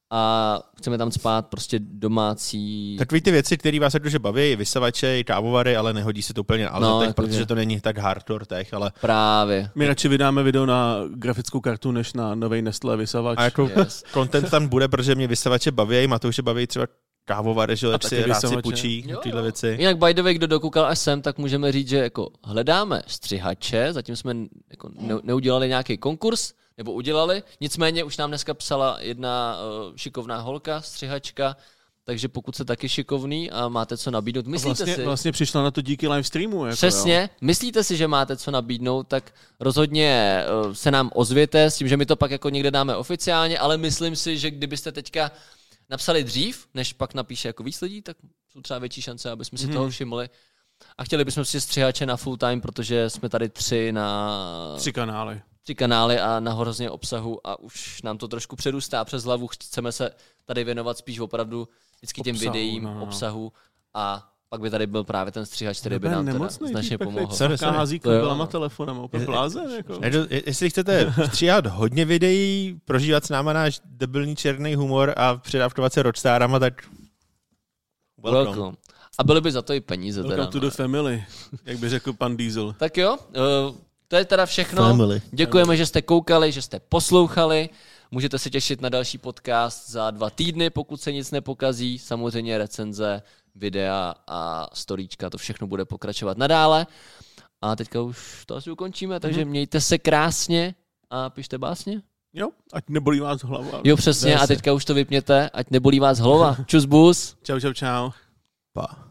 a chceme tam spát prostě domácí... Takový ty věci, které vás jakože baví, vysavače, kávovary, ale nehodí se to úplně na Alzatech, jako protože že- to není tak hardcore tech, ale Právě. My radši vydáme video na grafickou kartu, než na novej Nestlé vysavač. a jako Yes. content tam bude, protože mě vysavače baví, Matouše baví třeba kávovary, že A lepší taky rád si vysavače. půjčí Jo, tyhle jo. věci. Jinak by the way, kdo dokoukal až sem, tak můžeme říct, že jako hledáme střihače, zatím jsme jako ne, neudělali nějaký konkurs, nebo udělali, nicméně už nám dneska psala jedna uh, šikovná holka, střihačka, takže pokud jste taky šikovný a máte co nabídnout, myslíte vlastně, si... vlastně přišla na to díky live streamu. Jako, Přesně. Jo. Myslíte si, že máte co nabídnout, tak rozhodně uh, se nám ozvěte s tím, že my to pak jako někde dáme oficiálně, ale myslím si, že kdybyste teďka napsali dřív, než pak napíše jako víc lidí, tak jsou třeba větší šance, aby jsme si Mhm. toho všimli. A chtěli bychom si střihače na full time, protože jsme tady tři na Tři kanály. tři kanály a na hrozně obsahu a už nám to trošku přerůstá přes hlavu. Chceme se tady věnovat spíš opravdu vždycky těm Obsahu, videím, no, no. obsahu a pak by tady byl právě ten střihač, který by Nebyl nám teda nemocnej značně týpek, pomohl. veď, Sorry, Taká sorry. hází To jo. kabelama telefonem, úplně Je- blázen. Jako. Ne, to- je- Jestli chcete stříhat hodně videí, prožívat s náma náš debilní černý humor a předávkovat se rockstárama, tak welcome. Welcome. A byly by za to i peníze. Welcome Teda, to the family, jak by řekl pan Diesel. tak jo, uh, to je teda všechno. Family. Děkujeme, že jste koukali, že jste poslouchali. Můžete se těšit na další podcast za dva týdny, pokud se nic nepokazí. Samozřejmě recenze, videa a storíčka, to všechno bude pokračovat nadále. A teďka už to asi ukončíme, takže mějte se krásně a pište básně. Jo, ať nebolí vás hlava. Jo, přesně, a teďka už to vypněte, ať nebolí vás hlava. Čus bus. Čau, čau, čau. Pa.